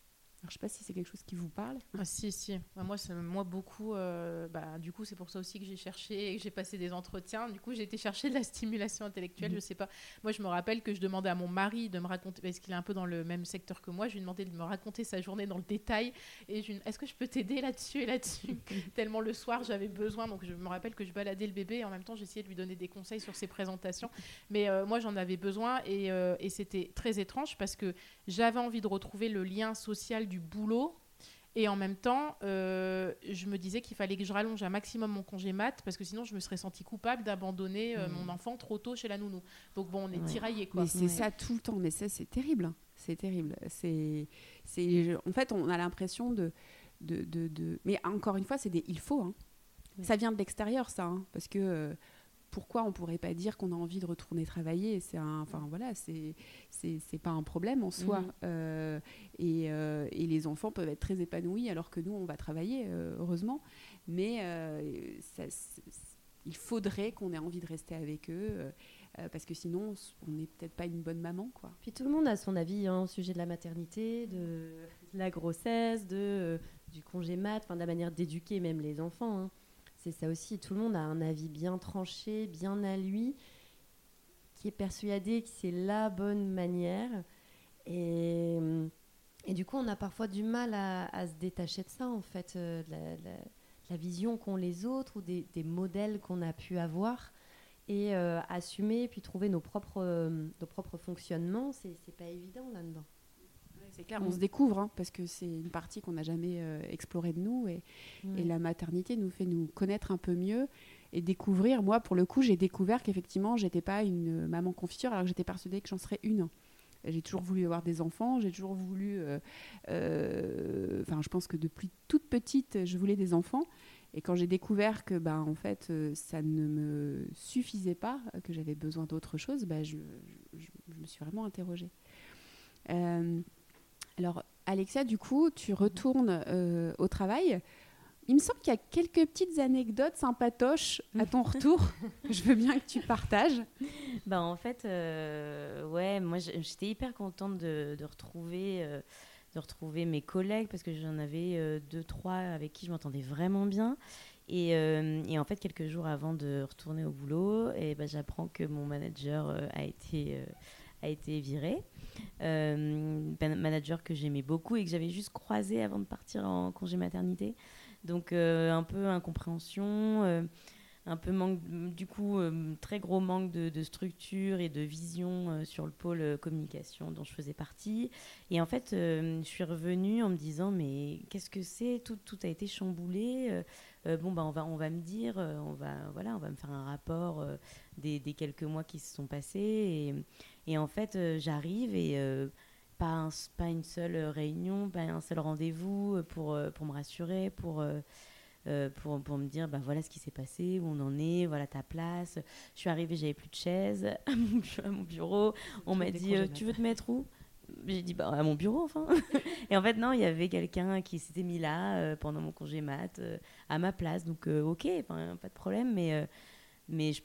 Alors, je ne sais pas si c'est quelque chose qui vous parle. Ah, si. Moi beaucoup. Du coup, c'est pour ça aussi que j'ai cherché et que j'ai passé des entretiens. Du coup, j'ai été chercher de la stimulation intellectuelle. Je sais pas. Moi, je me rappelle que je demandais à mon mari de me raconter, parce qu'il est un peu dans le même secteur que moi. Je lui demandais de me raconter sa journée dans le détail. Et est-ce que je peux t'aider là-dessus et là-dessus tellement le soir, j'avais besoin. Donc, je me rappelle que je baladais le bébé et en même temps, j'essayais de lui donner des conseils sur ses présentations. Mais moi, j'en avais besoin et c'était très étrange parce que j'avais envie de retrouver le lien social du boulot. Et en même temps, je me disais qu'il fallait que je rallonge un maximum mon congé mat parce que sinon, je me serais sentie coupable d'abandonner mon enfant trop tôt chez la nounou. Donc bon, on est tiraillés, quoi. Mais c'est ça tout le temps. Mais ça, c'est terrible. C'est terrible. En fait, on a l'impression de... Mais encore une fois, il faut. Hein. Oui. Ça vient de l'extérieur, ça. Hein, parce que... pourquoi on ne pourrait pas dire qu'on a envie de retourner travailler ? C'est pas un problème en soi. Et les enfants peuvent être très épanouis alors que nous, on va travailler, heureusement. Mais il faudrait qu'on ait envie de rester avec eux parce que sinon, on n'est peut-être pas une bonne maman, quoi. Puis tout le monde a son avis au sujet de la maternité, de la grossesse, du congé mat, de la manière d'éduquer même les enfants, hein. C'est ça aussi, tout le monde a un avis bien tranché, bien à lui, qui est persuadé que c'est la bonne manière. Et du coup, on a parfois du mal à se détacher de ça, en fait, de la vision qu'ont les autres ou des modèles qu'on a pu avoir. Et assumer, puis trouver nos propres fonctionnements, c'est pas évident là-dedans. C'est clair, on se découvre, hein, parce que c'est une partie qu'on n'a jamais explorée de nous. Et la maternité nous fait nous connaître un peu mieux et découvrir. Moi, pour le coup, j'ai découvert qu'effectivement, je n'étais pas une maman confiture, alors que j'étais persuadée que j'en serais une. J'ai toujours voulu avoir des enfants, j'ai toujours voulu... je pense que depuis toute petite, je voulais des enfants. Et quand j'ai découvert que, en fait, ça ne me suffisait pas, que j'avais besoin d'autre chose, je me suis vraiment interrogée. Alors, Alexia, du coup, tu retournes au travail. Il me semble qu'il y a quelques petites anecdotes sympatoches à ton retour. Je veux bien que tu partages. En fait, moi, j'étais hyper contente de retrouver mes collègues parce que j'en avais 2-3 avec qui je m'entendais vraiment bien. Et en fait, quelques jours avant de retourner au boulot, j'apprends que mon manager a été viré. Manager que j'aimais beaucoup et que j'avais juste croisé avant de partir en congé maternité. Donc, un peu incompréhension, un peu très gros manque de structure et de vision sur le pôle communication dont je faisais partie. Et en fait, je suis revenue en me disant, mais qu'est-ce que c'est ? Tout a été chamboulé. On va me dire, on va me faire un rapport des quelques mois qui se sont passés. Et en fait, j'arrive et pas une seule réunion, pas un seul rendez-vous pour me rassurer, pour me dire voilà ce qui s'est passé, où on en est, voilà ta place. Je suis arrivée, j'avais plus de chaise à mon bureau. On m'a dit tu veux te mettre où ? J'ai dit à mon bureau, enfin. Et en fait non, il y avait quelqu'un qui s'était mis là pendant mon congé mat à ma place, donc ok, pas de problème, mais je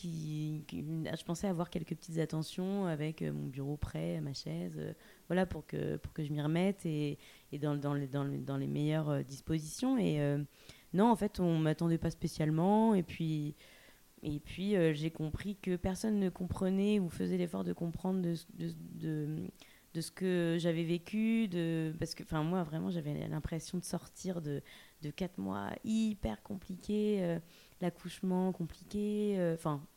pensais avoir quelques petites attentions avec mon bureau prêt, ma chaise, pour que je m'y remette et dans les meilleures dispositions. Et non, en fait, on ne m'attendait pas spécialement. Et puis j'ai compris que personne ne comprenait ou faisait l'effort de comprendre de ce que j'avais vécu. Parce que moi, vraiment, j'avais l'impression de sortir de 4 mois hyper compliqués, l'accouchement compliqué,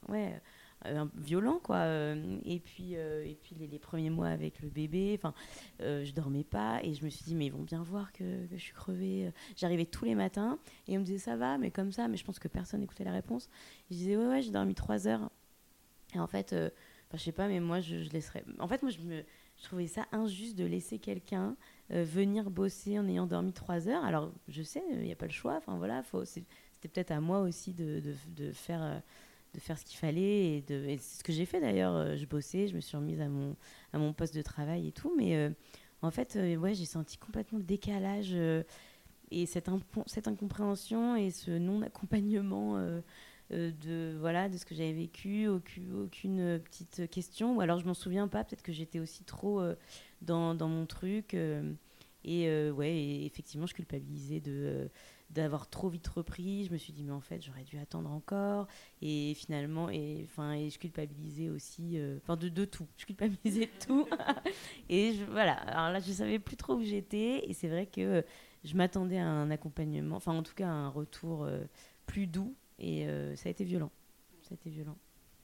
violent, quoi. Et puis les premiers mois avec le bébé, je dormais pas et je me suis dit mais ils vont bien voir que je suis crevée. J'arrivais tous les matins et on me disait ça va, mais comme ça, mais je pense que personne n'écoutait la réponse. Et je disais ouais, j'ai dormi 3 heures. Et en fait, je sais pas, mais moi je laisserais. En fait, moi je trouvais ça injuste de laisser quelqu'un venir bosser en ayant dormi 3 heures. Alors je sais, il n'y a pas le choix. C'était peut-être à moi aussi de faire ce qu'il fallait et c'est ce que j'ai fait d'ailleurs. Je bossais, je me suis remise à mon poste de travail et tout, mais en fait j'ai senti complètement le décalage et cette incompréhension et ce non-accompagnement de ce que j'avais vécu, aucune petite question, ou alors je m'en souviens pas, peut-être que j'étais aussi trop dans mon truc Et effectivement, je culpabilisais d'avoir trop vite repris. Je me suis dit, mais en fait, j'aurais dû attendre encore. Et finalement, et je culpabilisais aussi, de tout. Je culpabilisais de tout. Voilà. Alors là, je savais plus trop où j'étais. Et c'est vrai que je m'attendais à un accompagnement, enfin, en tout cas, à un retour plus doux. Et ça a été violent. Ça a été violent.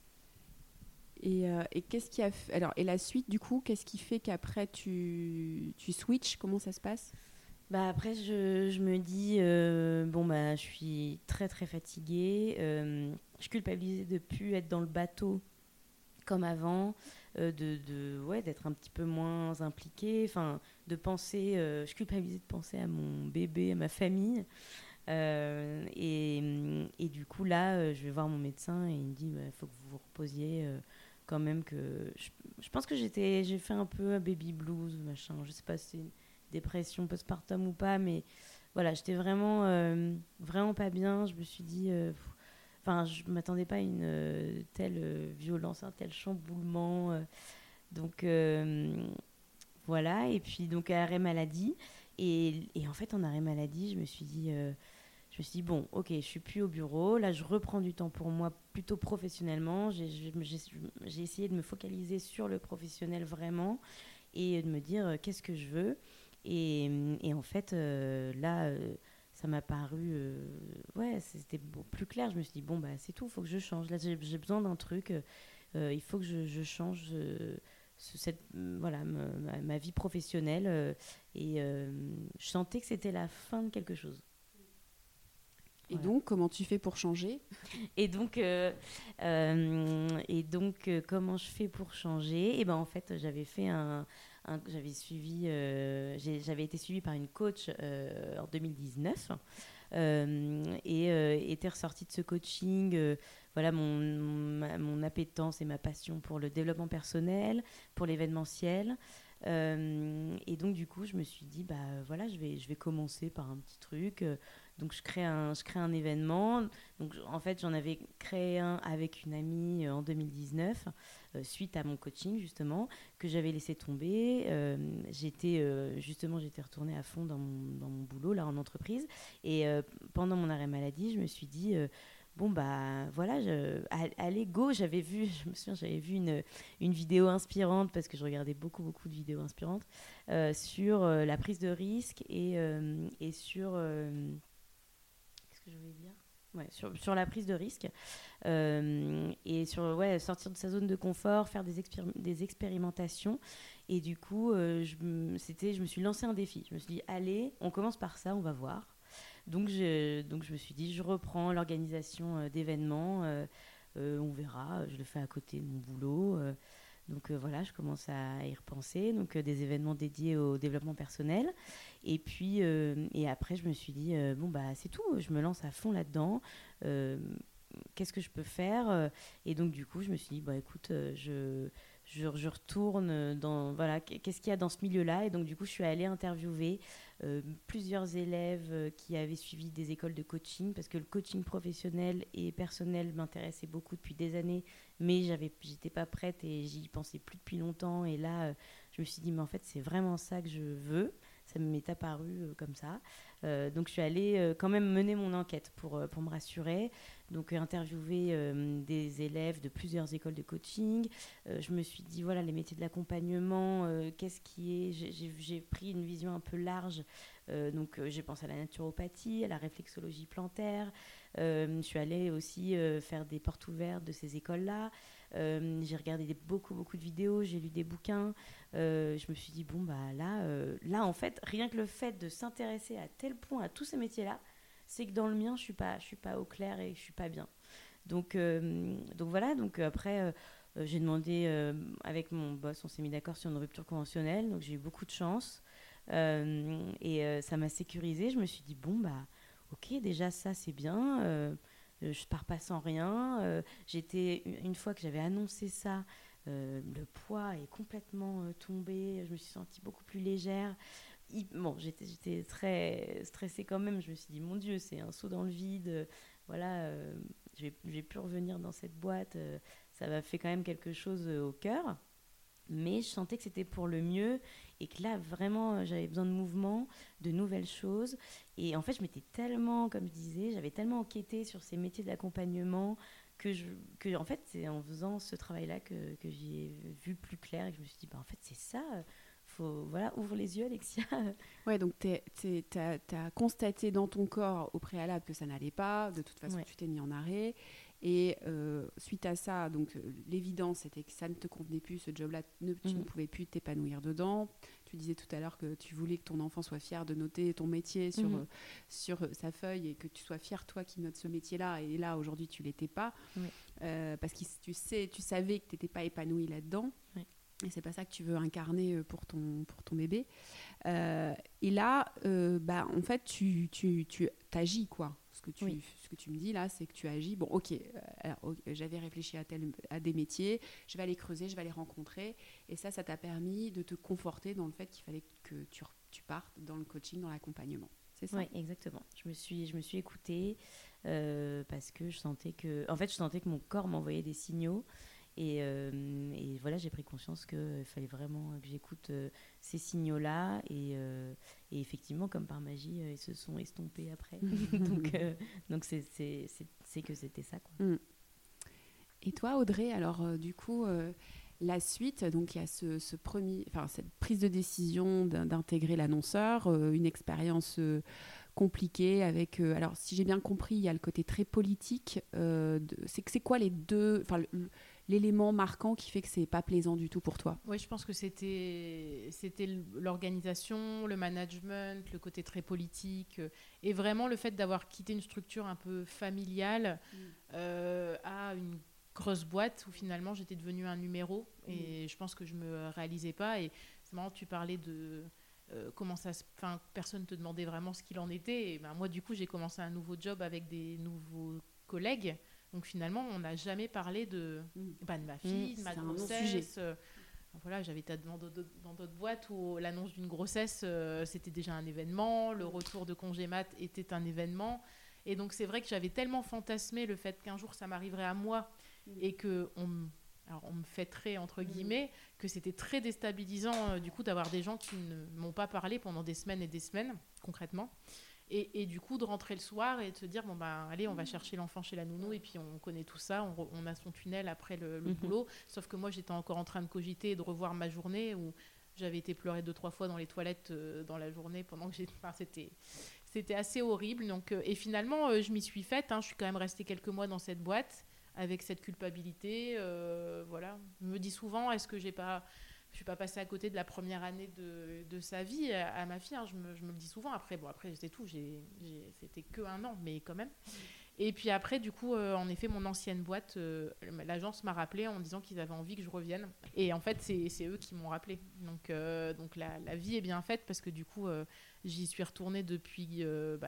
Et qu'est-ce qui a fait... Alors, et la suite, du coup, qu'est-ce qui fait qu'après tu switches? Comment ça se passe? Après, je me dis, je suis très très fatiguée. Je culpabilisais de ne plus être dans le bateau comme avant, d'être un petit peu moins impliquée, de penser, je culpabilisais de penser à mon bébé, à ma famille. Et du coup, là, je vais voir mon médecin et il me dit, faut que vous vous reposiez quand même. Je pense que j'ai fait un peu un baby blues, machin. Je sais pas si c'est une dépression postpartum ou pas, mais voilà, j'étais vraiment, vraiment pas bien. Je me suis dit, je m'attendais pas à une telle violence, un tel chamboulement. Donc voilà, et puis donc arrêt maladie. Et en fait, en arrêt maladie, je me suis dit, bon, ok, je suis plus au bureau. Là, je reprends du temps pour moi, plutôt professionnellement. J'ai essayé de me focaliser sur le professionnel vraiment et de me dire qu'est-ce que je veux. Et en fait, là, ça m'a paru, c'était plus clair. Je me suis dit, bon, c'est tout, il faut que je change. Là, j'ai besoin d'un truc. Il faut que je change ma vie professionnelle. Je sentais que c'était la fin de quelque chose. Et voilà. Donc, comment tu fais pour changer ? Et donc, comment je fais pour changer ? En fait, j'avais été suivie par une coach en 2019 et était ressortie de ce coaching. Mon appétence et ma passion pour le développement personnel, pour l'événementiel. Et donc, du coup, je me suis dit, je vais commencer par un petit truc. Donc, je crée un événement. Donc, en fait, j'en avais créé un avec une amie en 2019, suite à mon coaching, justement, que j'avais laissé tomber. J'étais retournée à fond dans mon boulot, là, en entreprise. Et pendant mon arrêt maladie, je me suis dit... allez, go. Je me souviens, j'avais vu une vidéo inspirante, parce que je regardais beaucoup de vidéos inspirantes, sur la prise de risque et sur... qu'est-ce que je voulais dire ? Sur la prise de risque et sur sortir de sa zone de confort, faire des expérimentations. Et du coup, je me suis lancé un défi. Je me suis dit, allez, on commence par ça, on va voir. Donc je me suis dit, je reprends l'organisation d'événements, on verra, je le fais à côté de mon boulot. Je commence à y repenser. Donc des événements dédiés au développement personnel. Et puis, et après, je me suis dit, c'est tout, je me lance à fond là-dedans. Qu'est-ce que je peux faire ? Et donc, du coup, je me suis dit, écoute, je retourne dans... Voilà, qu'est-ce qu'il y a dans ce milieu-là ? Et donc, du coup, je suis allée interviewer plusieurs élèves qui avaient suivi des écoles de coaching, parce que le coaching professionnel et personnel m'intéressait beaucoup depuis des années, mais j'étais pas prête et j'y pensais plus depuis longtemps. Et là, je me suis dit, mais en fait, c'est vraiment ça que je veux. Ça m'est apparu comme ça. Donc, je suis allée quand même mener mon enquête pour me rassurer. Donc, interviewer des élèves de plusieurs écoles de coaching. Je me suis dit, voilà, les métiers de l'accompagnement, qu'est-ce qui est... J'ai pris une vision un peu large. J'ai pensé à la naturopathie, à la réflexologie plantaire. Je suis allée aussi faire des portes ouvertes de ces écoles-là. J'ai regardé beaucoup de vidéos, j'ai lu des bouquins. Je me suis dit, là, en fait, rien que le fait de s'intéresser à tel point à tous ces métiers-là, c'est que dans le mien, je suis pas au clair et je suis pas bien. Donc voilà. Donc après, j'ai demandé avec mon boss, on s'est mis d'accord sur une rupture conventionnelle. Donc j'ai eu beaucoup de chance et ça m'a sécurisée. Je me suis dit ok, déjà ça c'est bien. Je pars pas sans rien. Une fois que j'avais annoncé ça, le poids est complètement tombé. Je me suis sentie beaucoup plus légère. J'étais très stressée quand même. Je me suis dit, mon Dieu, c'est un saut dans le vide. Je vais plus revenir dans cette boîte. Ça m'a fait quand même quelque chose au cœur. mais je sentais que c'était pour le mieux et que là, vraiment, j'avais besoin de mouvement, de nouvelles choses. Et en fait, je m'étais tellement, comme je disais, j'avais tellement enquêté sur ces métiers de l'accompagnement que en fait, c'est en faisant ce travail-là que j'y ai vu plus clair et que je me suis dit, en fait, c'est ça. Voilà, ouvre les yeux, Alexia. Ouais, donc t'as constaté dans ton corps au préalable que ça n'allait pas. De toute façon, tu t'es mis en arrêt. Et suite à ça, donc l'évidence c'était que ça ne te convenait plus, ce job-là, tu ne pouvais plus t'épanouir dedans. Tu disais tout à l'heure que tu voulais que ton enfant soit fier de noter ton métier sur sa feuille et que tu sois fier, toi, qui note ce métier-là. Et là, aujourd'hui, tu ne l'étais pas. Parce que tu savais que tu n'étais pas épanouie là-dedans. Et c'est pas ça que tu veux incarner pour ton bébé. Et là, en fait, tu agis, quoi. Ce que tu me dis là, c'est que tu agis. Bon, ok, j'avais réfléchi à des métiers, je vais aller creuser, je vais aller rencontrer. Et ça t'a permis de te conforter dans le fait qu'il fallait que tu partes dans le coaching, dans l'accompagnement. C'est ça ? Oui, exactement. Je me suis écoutée parce que je sentais que mon corps m'envoyait des signaux. Et voilà, j'ai pris conscience qu'il fallait vraiment que j'écoute ces signaux-là. Et effectivement, comme par magie, ils se sont estompés après. donc c'est que c'était ça, quoi. Et toi, Audrey, alors du coup, la suite, donc il y a cette prise de décision d'intégrer l'annonceur, une expérience compliquée avec... alors, si j'ai bien compris, il y a le côté très politique. C'est quoi les deux... l'élément marquant qui fait que c'est pas plaisant du tout pour toi? Oui, je pense que c'était l'organisation, le management, le côté très politique, et vraiment le fait d'avoir quitté une structure un peu familiale à une grosse boîte où finalement j'étais devenue un numéro et je pense que je me réalisais pas. Et c'est marrant, tu parlais de comment ça personne te demandait vraiment ce qu'il en était. Et moi, du coup, j'ai commencé un nouveau job avec des nouveaux collègues. Donc finalement, on n'a jamais parlé de ma fille, de ma grossesse. Voilà, j'avais été dans d'autres boîtes où l'annonce d'une grossesse, c'était déjà un événement. Le retour de congé mat était un événement. Et donc c'est vrai que j'avais tellement fantasmé le fait qu'un jour ça m'arriverait à moi et qu'on me fêterait entre guillemets, que c'était très déstabilisant du coup d'avoir des gens qui ne m'ont pas parlé pendant des semaines et des semaines, concrètement. Et du coup, de rentrer le soir et de se dire, allez, on va chercher l'enfant chez la nounou et puis on connaît tout ça, on a son tunnel après le boulot. Sauf que moi, j'étais encore en train de cogiter et de revoir ma journée où j'avais été pleurer 2-3 fois dans les toilettes dans la journée pendant que c'était assez horrible. Donc, et finalement, je m'y suis faite. Je suis quand même restée quelques mois dans cette boîte avec cette culpabilité. Voilà. Je me dis souvent, est-ce que je suis pas passée à côté de la première année de sa vie à ma fille, je me le dis souvent. Après c'est tout, c'était que 1 an, mais quand même. Et puis après, du coup, en effet, mon ancienne boîte, l'agence m'a rappelé en me disant qu'ils avaient envie que je revienne. Et en fait, c'est eux qui m'ont rappelé. Donc la vie est bien faite parce que du coup, j'y suis retournée depuis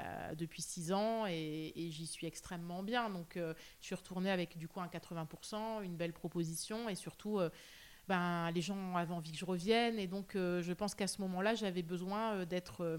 6 ans et j'y suis extrêmement bien. Donc je suis retournée avec du coup un 80%, une belle proposition et surtout... les gens avaient envie que je revienne et donc je pense qu'à ce moment-là j'avais besoin d'être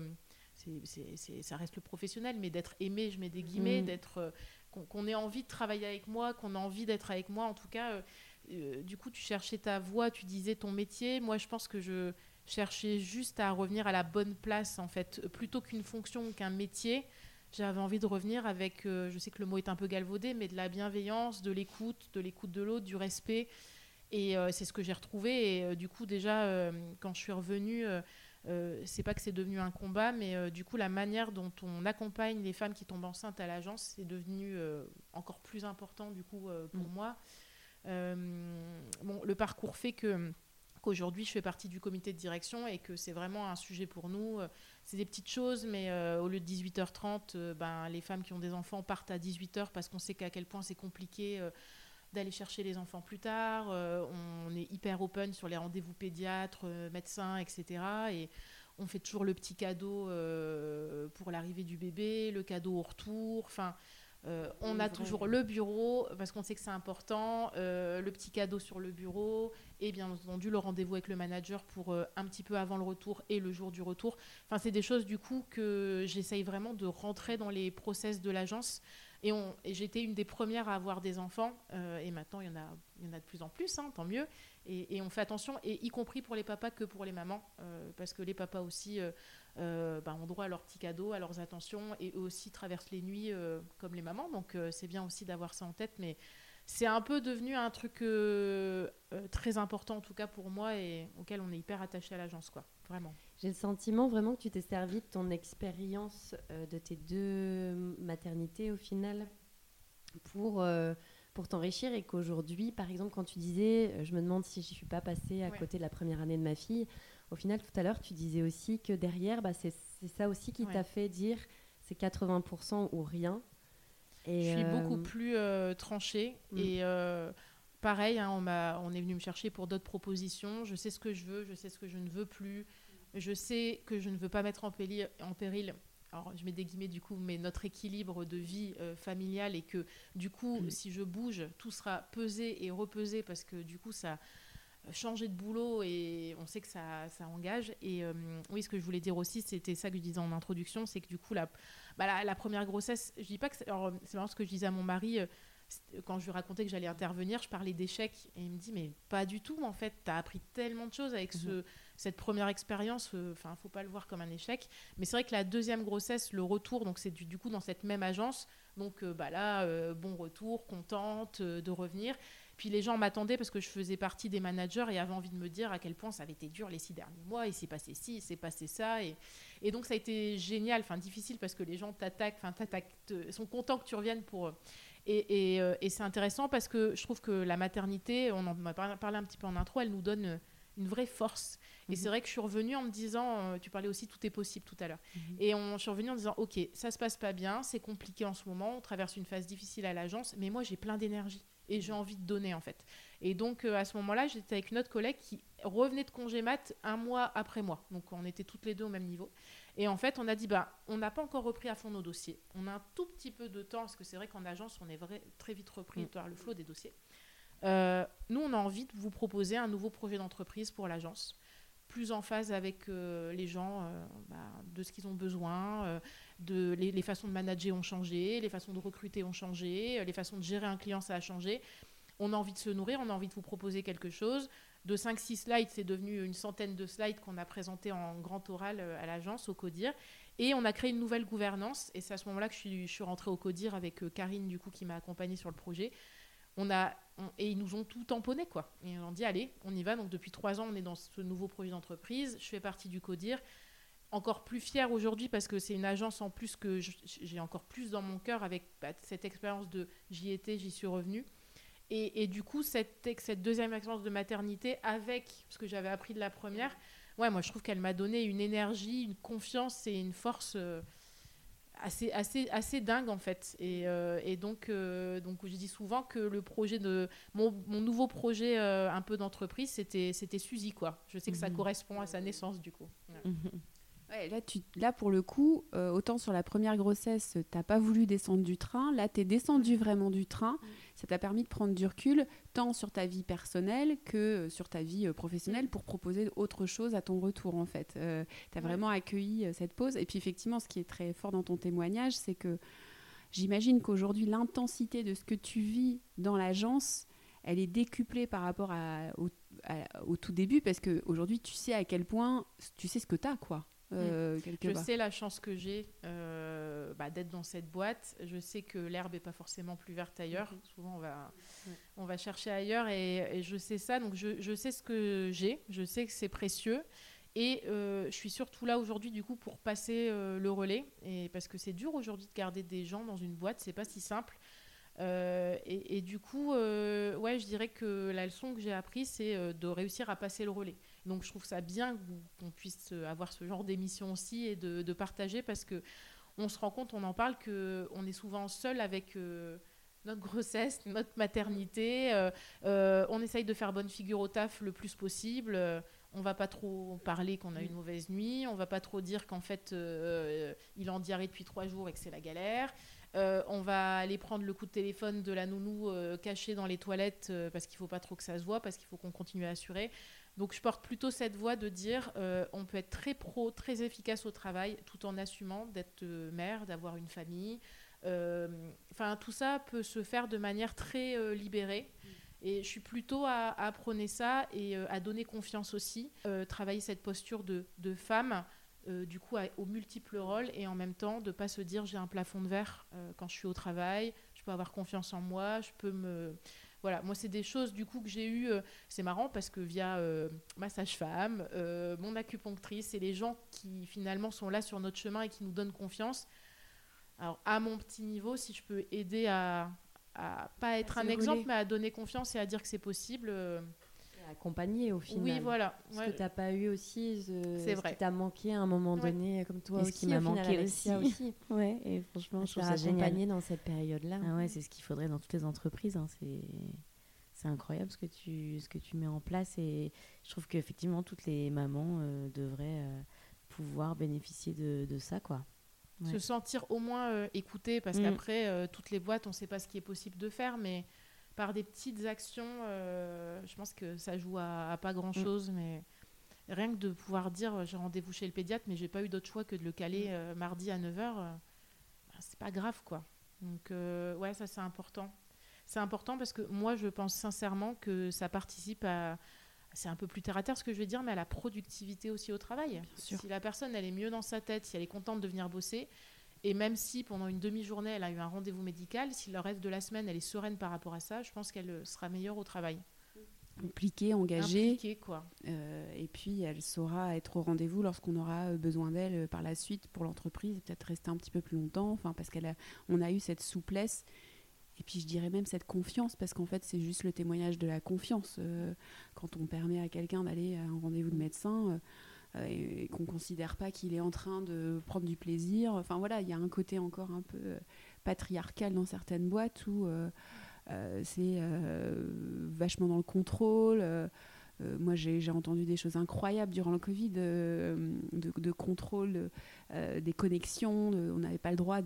ça reste le professionnel, mais d'être aimée, je mets des guillemets, d'être qu'on ait envie de travailler avec moi, qu'on ait envie d'être avec moi. En tout cas, du coup tu cherchais ta voie, tu disais ton métier. Moi je pense que je cherchais juste à revenir à la bonne place en fait, plutôt qu'une fonction ou qu'un métier. J'avais envie de revenir avec, je sais que le mot est un peu galvaudé, mais de la bienveillance, de l'écoute de l'autre, du respect. Et c'est ce que j'ai retrouvé. Et du coup, déjà, quand je suis revenue, c'est pas que c'est devenu un combat, mais du coup, la manière dont on accompagne les femmes qui tombent enceintes à l'agence, c'est devenu encore plus important du coup pour moi. Le parcours fait qu'aujourd'hui, je fais partie du comité de direction et que c'est vraiment un sujet pour nous. C'est des petites choses, mais au lieu de 18h30, les femmes qui ont des enfants partent à 18h parce qu'on sait qu'à quel point c'est compliqué d'aller chercher les enfants plus tard. On est hyper open sur les rendez-vous pédiatres, médecins, etc. Et on fait toujours le petit cadeau pour l'arrivée du bébé, le cadeau au retour. Enfin, on a toujours le bureau, parce qu'on sait que c'est important, le petit cadeau sur le bureau, et bien entendu le rendez-vous avec le manager pour un petit peu avant le retour et le jour du retour. Enfin, c'est des choses du coup que j'essaye vraiment de rentrer dans les process de l'agence. Et j'étais une des premières à avoir des enfants, et maintenant il y en a de plus en plus, tant mieux. Et on fait attention, et y compris pour les papas que pour les mamans, parce que les papas aussi ont droit à leurs petits cadeaux, à leurs attentions, et eux aussi traversent les nuits comme les mamans. Donc c'est bien aussi d'avoir ça en tête, mais c'est un peu devenu un truc très important, en tout cas pour moi, et auquel on est hyper attaché à l'agence, quoi, vraiment. J'ai le sentiment vraiment que tu t'es servi de ton expérience de tes 2 maternités au final pour t'enrichir, et qu'aujourd'hui, par exemple, quand tu disais je me demande si je ne suis pas passée à côté de la première année de ma fille, au final, tout à l'heure, tu disais aussi que derrière, c'est ça aussi qui t'a fait dire c'est 80% ou rien. Et je suis beaucoup plus tranchée. Et pareil, hein, on est venu me chercher pour d'autres propositions. Je sais ce que je veux, je sais ce que je ne veux plus. Je sais que je ne veux pas mettre en péril, alors je mets des guillemets du coup, mais notre équilibre de vie familiale, et que du coup, si je bouge, tout sera pesé et repesé, parce que du coup, ça changer de boulot, et on sait que ça engage. Et oui, ce que je voulais dire aussi, c'était ça que je disais en introduction, c'est que du coup, la première grossesse, je dis pas que c'est marrant ce que je disais à mon mari, quand je lui racontais que j'allais intervenir, je parlais d'échecs, et il me dit mais pas du tout, en fait, t'as appris tellement de choses avec cette première expérience, faut pas le voir comme un échec. Mais c'est vrai que la deuxième grossesse, le retour, donc c'est du coup dans cette même agence, donc bon retour, contente de revenir. Puis les gens m'attendaient parce que je faisais partie des managers et avaient envie de me dire à quel point ça avait été dur les 6 derniers mois, il s'est passé ci, il s'est passé ça. Et donc ça a été génial, difficile, parce que les gens sont contents que tu reviennes pour... Et c'est intéressant parce que je trouve que la maternité, on en a parlé un petit peu en intro, elle nous donne une vraie force. Et c'est vrai que je suis revenue en me disant, tu parlais aussi tout est possible tout à l'heure. Et je suis revenue en me disant, ok, ça se passe pas bien, c'est compliqué en ce moment, on traverse une phase difficile à l'agence, mais moi j'ai plein d'énergie. Et j'ai envie de donner, en fait. Et donc, à ce moment-là, j'étais avec une autre collègue qui revenait de congé mat 1 mois après moi. Donc, on était toutes les deux au même niveau. Et en fait, on a dit, on n'a pas encore repris à fond nos dossiers. On a un tout petit peu de temps, parce que c'est vrai qu'en agence, on est très vite repris par le flot des dossiers. Nous, on a envie de vous proposer un nouveau projet d'entreprise pour l'agence, plus en phase avec les gens, de ce qu'ils ont besoin, les façons de manager ont changé, les façons de recruter ont changé, les façons de gérer un client, ça a changé. On a envie de se nourrir, on a envie de vous proposer quelque chose. De 5-6 slides, c'est devenu une centaine de slides qu'on a présentés en grand oral à l'agence, au CODIR. Et on a créé une nouvelle gouvernance. Et c'est à ce moment-là que je suis rentrée au CODIR avec Karine, du coup, qui m'a accompagnée sur le projet. Et ils nous ont tout tamponné, quoi. Et on a dit, allez, on y va. Donc, depuis 3 ans, on est dans ce nouveau projet d'entreprise. Je fais partie du CODIR. Encore plus fière aujourd'hui parce que c'est une agence en plus que j'ai encore plus dans mon cœur avec cette expérience de j'y étais, j'y suis revenue. Et du coup, cette deuxième expérience de maternité avec ce que j'avais appris de la première, moi, je trouve qu'elle m'a donné une énergie, une confiance et une force assez dingue, en fait. Et donc, je dis souvent que le projet mon nouveau projet un peu d'entreprise, c'était Suzy, quoi. Je sais que ça correspond à sa naissance, du coup. Ouais. Ouais, là, pour le coup, autant sur la première grossesse, t'as pas voulu descendre du train. Là, t'es descendu vraiment du train. Ça t'a permis de prendre du recul, tant sur ta vie personnelle que sur ta vie professionnelle, pour proposer autre chose à ton retour, en fait. T'as vraiment accueilli cette pause. Et puis, effectivement, ce qui est très fort dans ton témoignage, c'est que j'imagine qu'aujourd'hui, l'intensité de ce que tu vis dans l'agence, elle est décuplée par rapport au tout début, parce qu'aujourd'hui, tu sais à quel point, tu sais ce que t'as, quoi. Je sais la chance que j'ai d'être dans cette boîte. Je sais que l'herbe n'est pas forcément plus verte ailleurs. Souvent, on va chercher ailleurs, et je sais ça. Donc, je sais ce que j'ai. Je sais que c'est précieux. Et je suis surtout là aujourd'hui, du coup, pour passer le relais. Et parce que c'est dur aujourd'hui de garder des gens dans une boîte. C'est pas si simple. Et du coup, je dirais que la leçon que j'ai apprise, c'est de réussir à passer le relais. Donc, je trouve ça bien qu'on puisse avoir ce genre d'émission aussi, et de partager, parce qu'on se rend compte, on en parle, qu'on est souvent seul avec notre grossesse, notre maternité. On essaye de faire bonne figure au taf le plus possible. On va pas trop parler qu'on a une mauvaise nuit. On va pas trop dire qu'en fait, il est en diarrhée depuis 3 jours et que c'est la galère. On va aller prendre le coup de téléphone de la nounou cachée dans les toilettes parce qu'il ne faut pas trop que ça se voit, parce qu'il faut qu'on continue à assurer. Donc, je porte plutôt cette voix de dire on peut être très pro, très efficace au travail, tout en assumant d'être mère, d'avoir une famille. Tout ça peut se faire de manière très libérée. Et je suis plutôt à prôner ça et à donner confiance aussi, travailler cette posture de femme, du coup aux multiples rôles, et en même temps de ne pas se dire j'ai un plafond de verre quand je suis au travail, je peux avoir confiance en moi, je peux me... Voilà, moi c'est des choses du coup que j'ai eues, c'est marrant parce que via ma sage-femme, mon acupunctrice et les gens qui finalement sont là sur notre chemin et qui nous donnent confiance, alors à mon petit niveau, si je peux aider à pas être un exemple, mais à donner confiance et à dire que c'est possible. Accompagner au final. Oui, voilà. Parce que tu n'as pas eu aussi c'est vrai. Ce qui t'a manqué à un moment donné, comme toi et aussi. Ce qui m'a manqué aussi. Ouais, et franchement, je trouve ça génial. accompagner dans cette période-là. Ah ouais, c'est ce qu'il faudrait dans toutes les entreprises. Hein. C'est incroyable ce que tu mets en place, et je trouve qu'effectivement toutes les mamans devraient pouvoir bénéficier de ça, quoi. Se sentir au moins écoutée, parce qu'après toutes les boîtes, on ne sait pas ce qui est possible de faire, mais par des petites actions, je pense que ça joue à pas grand-chose, mais rien que de pouvoir dire j'ai rendez-vous chez le pédiatre, mais j'ai pas eu d'autre choix que de le caler mardi à 9h, c'est pas grave, quoi. Donc ouais, ça c'est important. C'est important parce que moi je pense sincèrement que ça participe à... C'est un peu plus terre à terre ce que je vais dire, mais à la productivité aussi au travail. Si la personne elle est mieux dans sa tête, si elle est contente de venir bosser, et même si pendant une demi-journée elle a eu un rendez-vous médical, si le reste de la semaine elle est sereine par rapport à ça, je pense qu'elle sera meilleure au travail. Impliquée, engagée. Impliquée, quoi. Et puis elle saura être au rendez-vous lorsqu'on aura besoin d'elle par la suite pour l'entreprise, peut-être rester un petit peu plus longtemps, parce qu'on a eu cette souplesse. Et puis je dirais même cette confiance, parce qu'en fait c'est juste le témoignage de la confiance. Quand on permet à quelqu'un d'aller à un rendez-vous de médecin et qu'on ne considère pas qu'il est en train de prendre du plaisir. Enfin voilà, il y a un côté encore un peu patriarcal dans certaines boîtes où c'est vachement dans le contrôle. Moi, j'ai entendu des choses incroyables durant le Covid, de contrôle des connexions. On n'avait pas le droit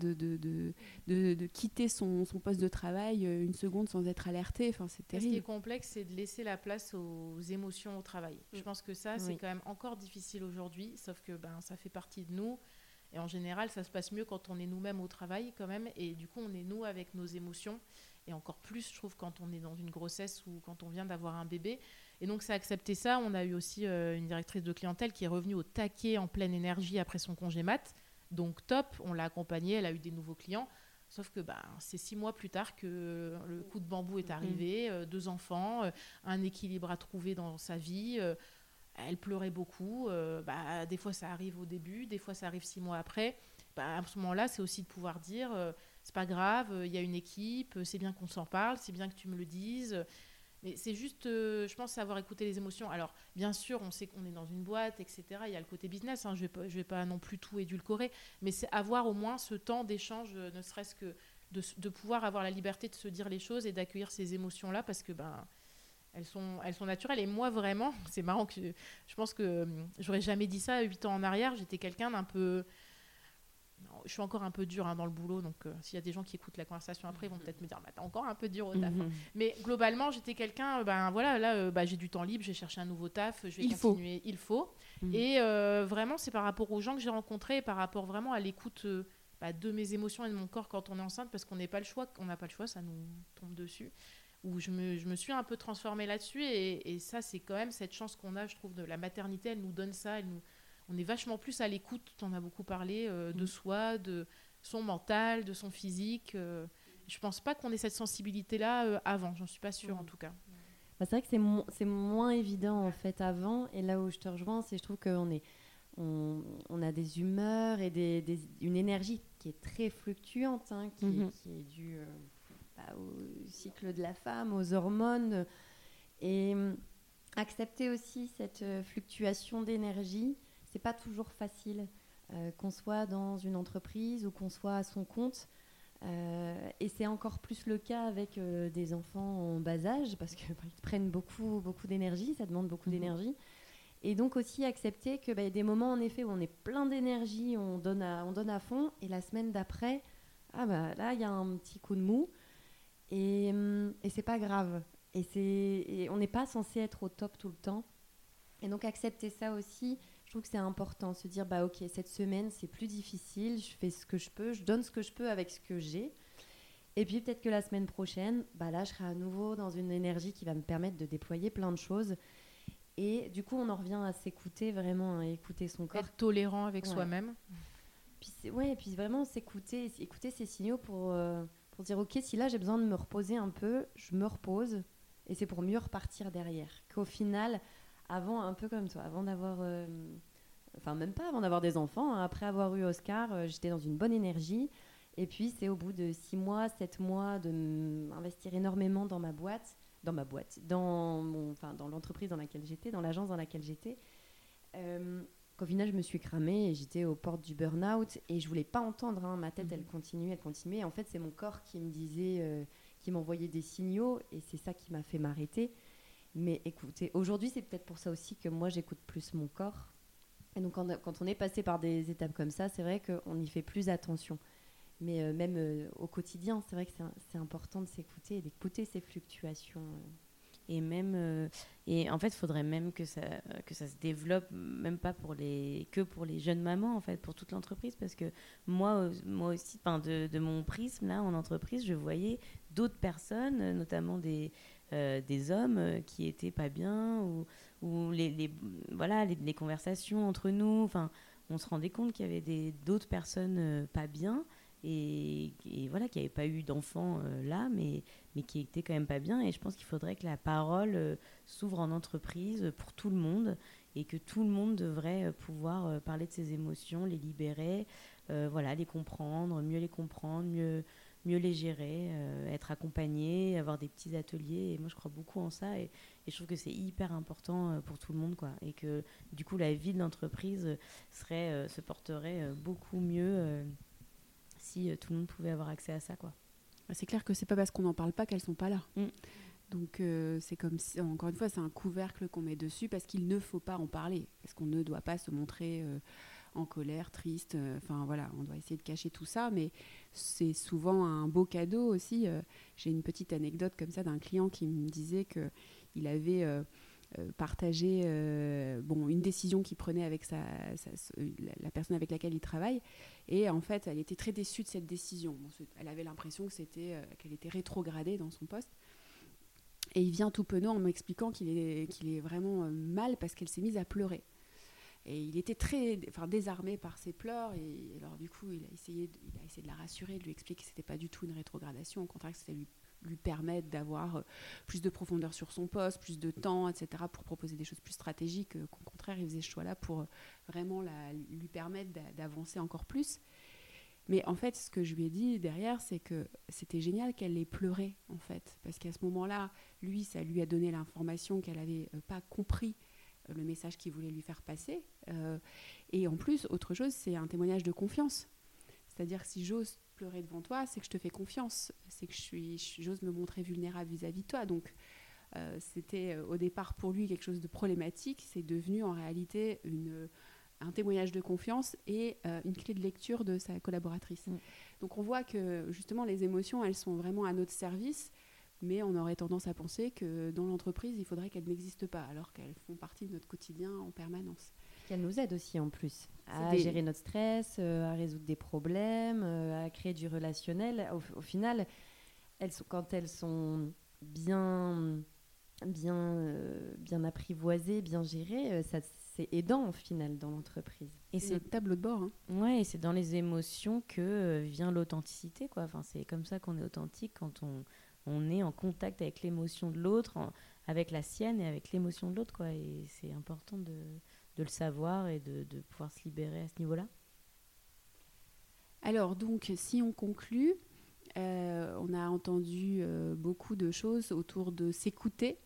de quitter son poste de travail une seconde sans être alerté. Enfin, c'est terrible. Ce qui est complexe, c'est de laisser la place aux émotions au travail. Je pense que ça, c'est quand même encore difficile aujourd'hui, sauf que ça fait partie de nous. Et en général, ça se passe mieux quand on est nous-mêmes au travail quand même. Et du coup, on est nous avec nos émotions. Et encore plus, je trouve, quand on est dans une grossesse ou quand on vient d'avoir un bébé. Et donc, c'est accepter ça. On a eu aussi une directrice de clientèle qui est revenue au taquet en pleine énergie après son congé mat. Donc, top, on l'a accompagnée, elle a eu des nouveaux clients. Sauf que c'est 6 mois plus tard que le coup de bambou est arrivé, 2 enfants, un équilibre à trouver dans sa vie. Elle pleurait beaucoup. Des fois, ça arrive au début, des fois, ça arrive 6 mois après. À ce moment-là, c'est aussi de pouvoir dire c'est pas grave, il y a une équipe, c'est bien qu'on s'en parle, c'est bien que tu me le dises. Mais c'est juste, je pense, savoir écouter les émotions. Alors, bien sûr, on sait qu'on est dans une boîte, etc. Il y a le côté business, hein, je vais pas non plus tout édulcorer, mais c'est avoir au moins ce temps d'échange, ne serait-ce que de pouvoir avoir la liberté de se dire les choses et d'accueillir ces émotions-là, parce que elles sont naturelles. Et moi, vraiment, c'est marrant, que je pense que j'aurais jamais dit ça 8 ans en arrière. J'étais quelqu'un d'un peu... Je suis encore un peu dure dans le boulot, donc s'il y a des gens qui écoutent la conversation après, ils vont peut-être me dire t'es encore un peu dure au taf. Mais globalement, j'étais quelqu'un, j'ai du temps libre, j'ai cherché un nouveau taf, je vais continuer, il faut. Et vraiment, c'est par rapport aux gens que j'ai rencontrés, par rapport vraiment à l'écoute de mes émotions et de mon corps quand on est enceinte, parce qu'on n'a pas le choix, ça nous tombe dessus. Où je me suis un peu transformée là-dessus, et ça, c'est quand même cette chance qu'on a, je trouve, de la maternité. Elle nous donne ça, on est vachement plus à l'écoute, tu en as beaucoup parlé, de soi, de son mental, de son physique. Je pense pas qu'on ait cette sensibilité-là avant, j'en suis pas sûre en tout cas. C'est vrai que c'est moins évident en fait avant, et là où je te rejoins, c'est je trouve qu'on a des humeurs et une énergie qui est très fluctuante, qui est due au cycle de la femme, aux hormones, et accepter aussi cette fluctuation d'énergie. C'est pas toujours facile, qu'on soit dans une entreprise ou qu'on soit à son compte. Et c'est encore plus le cas avec des enfants en bas âge, parce qu'ils prennent beaucoup, beaucoup d'énergie, ça demande beaucoup d'énergie. Et donc aussi accepter que des moments en effet où on est plein d'énergie, on donne à fond, et la semaine d'après, là il y a un petit coup de mou, et c'est pas grave. Et on n'est pas censé être au top tout le temps. Et donc accepter ça aussi, je trouve que c'est important, se dire ok, cette semaine c'est plus difficile, je fais ce que je peux, je donne ce que je peux avec ce que j'ai, Et puis peut-être que la semaine prochaine, là, je serai à nouveau dans une énergie qui va me permettre de déployer plein de choses. Et du coup, on en revient à s'écouter vraiment, à écouter son corps. Être tolérant avec soi-même. Puis vraiment s'écouter, écouter ces signaux pour dire, ok, si là j'ai besoin de me reposer un peu, je me repose. Et c'est pour mieux repartir derrière. Qu'au final, avant, un peu comme toi, avant d'avoir... même pas avant d'avoir des enfants, hein, après avoir eu Oscar, j'étais dans une bonne énergie. Et puis, c'est au bout de 6 mois, 7 mois d'investir énormément dans dans l'entreprise dans laquelle j'étais, dans l'agence dans laquelle j'étais, qu'au final, je me suis cramée et j'étais aux portes du burn-out. Et je voulais pas entendre, hein, ma tête, elle continuait. Et en fait, c'est mon corps qui me disait, qui m'envoyait des signaux. Et c'est ça qui m'a fait m'arrêter. Mais écoutez, aujourd'hui, c'est peut-être pour ça aussi que moi, j'écoute plus mon corps. Et donc, quand on est passé par des étapes comme ça, c'est vrai qu'on y fait plus attention. Mais même au quotidien, c'est vrai que c'est important de s'écouter et d'écouter ces fluctuations. Et même, et en fait, il faudrait même que ça se développe, même pas que pour les jeunes mamans, en fait, pour toute l'entreprise, parce que moi aussi, de mon prisme là en entreprise, je voyais d'autres personnes, notamment des hommes qui étaient pas bien, ou les conversations entre nous. Enfin, on se rendait compte qu'il y avait d'autres personnes pas bien. Et voilà, qui n'avaient pas eu d'enfants là, mais qui étaient quand même pas bien. Et je pense qu'il faudrait que la parole s'ouvre en entreprise pour tout le monde, et que tout le monde devrait pouvoir parler de ses émotions, les libérer, les comprendre, mieux les gérer, être accompagné, avoir des petits ateliers. Et moi, je crois beaucoup en ça, et je trouve que c'est hyper important pour tout le monde, quoi. Et que du coup, la vie de l'entreprise se porterait beaucoup mieux si tout le monde pouvait avoir accès à ça, quoi. C'est clair que c'est pas parce qu'on n'en parle pas qu'elles sont pas là. Mm. Donc c'est comme si, encore une fois, c'est un couvercle qu'on met dessus parce qu'il ne faut pas en parler, parce qu'on ne doit pas se montrer en colère, triste. On doit essayer de cacher tout ça, mais c'est souvent un beau cadeau aussi. J'ai une petite anecdote comme ça d'un client qui me disait que il avait partager une décision qu'il prenait avec la personne avec laquelle il travaille, et en fait elle était très déçue de cette décision. Elle avait l'impression qu'elle était rétrogradée dans son poste, et il vient tout penaud en m'expliquant qu'il est vraiment mal parce qu'elle s'est mise à pleurer, et il était très désarmé par ses pleurs. Et alors du coup il a essayé de la rassurer, de lui expliquer que c'était pas du tout une rétrogradation, au contraire que c'était lui permettre d'avoir plus de profondeur sur son poste, plus de temps, etc., pour proposer des choses plus stratégiques, qu'au contraire, il faisait ce choix-là pour vraiment lui permettre d'avancer encore plus. Mais en fait, ce que je lui ai dit derrière, c'est que c'était génial qu'elle ait pleuré, en fait, parce qu'à ce moment-là, lui, ça lui a donné l'information qu'elle n'avait pas compris le message qu'il voulait lui faire passer. Et en plus, autre chose, c'est un témoignage de confiance. C'est-à-dire que si j'ose pleurer devant toi, c'est que je te fais confiance, c'est que j'ose me montrer vulnérable vis-à-vis de toi. Donc c'était au départ pour lui quelque chose de problématique, c'est devenu en réalité un témoignage de confiance et une clé de lecture de sa collaboratrice. Donc on voit que justement les émotions, elles sont vraiment à notre service, mais on aurait tendance à penser que dans l'entreprise, il faudrait qu'elles n'existent pas, alors qu'elles font partie de notre quotidien en permanence. Qu'elles nous aident aussi en plus à gérer notre stress, à résoudre des problèmes, à créer du relationnel. Au final, quand elles sont bien apprivoisées, bien gérées, c'est aidant au final dans l'entreprise. Et c'est notre tableau de bord. Hein. Ouais, et c'est dans les émotions que vient l'authenticité, quoi. Enfin, c'est comme ça qu'on est authentique, quand on est en contact avec l'émotion de l'autre, avec la sienne et avec l'émotion de l'autre, quoi. Et c'est important de le savoir et de pouvoir se libérer à ce niveau-là. Alors, donc, si on conclut, on a entendu beaucoup de choses autour de s'écouter.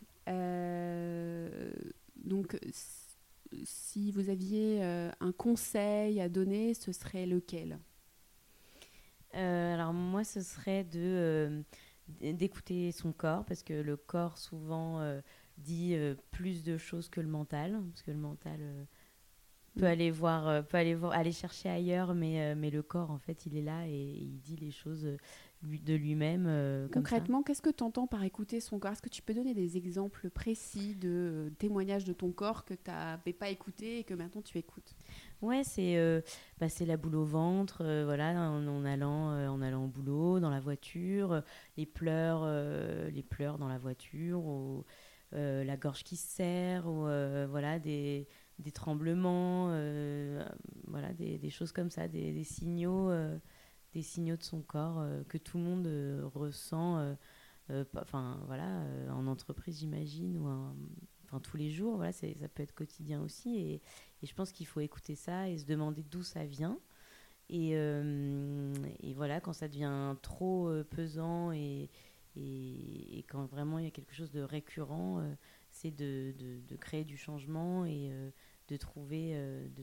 Donc, si vous aviez un conseil à donner, ce serait lequel ? Alors, moi, ce serait d'écouter son corps, parce que le corps, souvent... dit plus de choses que le mental, parce que le mental peut aller voir, aller chercher ailleurs, mais le corps, en fait, il est là et il dit les choses de lui-même. Concrètement, qu'est-ce que tu entends par écouter son corps ? Est-ce que tu peux donner des exemples précis de témoignages de ton corps que tu n'avais pas écouté et que maintenant tu écoutes ? Ouais, c'est la boule au ventre, voilà, en allant au boulot, dans la voiture, les pleurs dans la voiture, ou la gorge qui se serre, ou voilà, des tremblements, voilà, des choses comme ça, des signaux de son corps que tout le monde ressent, voilà, en entreprise, j'imagine, ou tous les jours, voilà, ça peut être quotidien aussi, et je pense qu'il faut écouter ça et se demander d'où ça vient. Et voilà, quand ça devient trop pesant et quand vraiment il y a quelque chose de récurrent, c'est de créer du changement et de trouver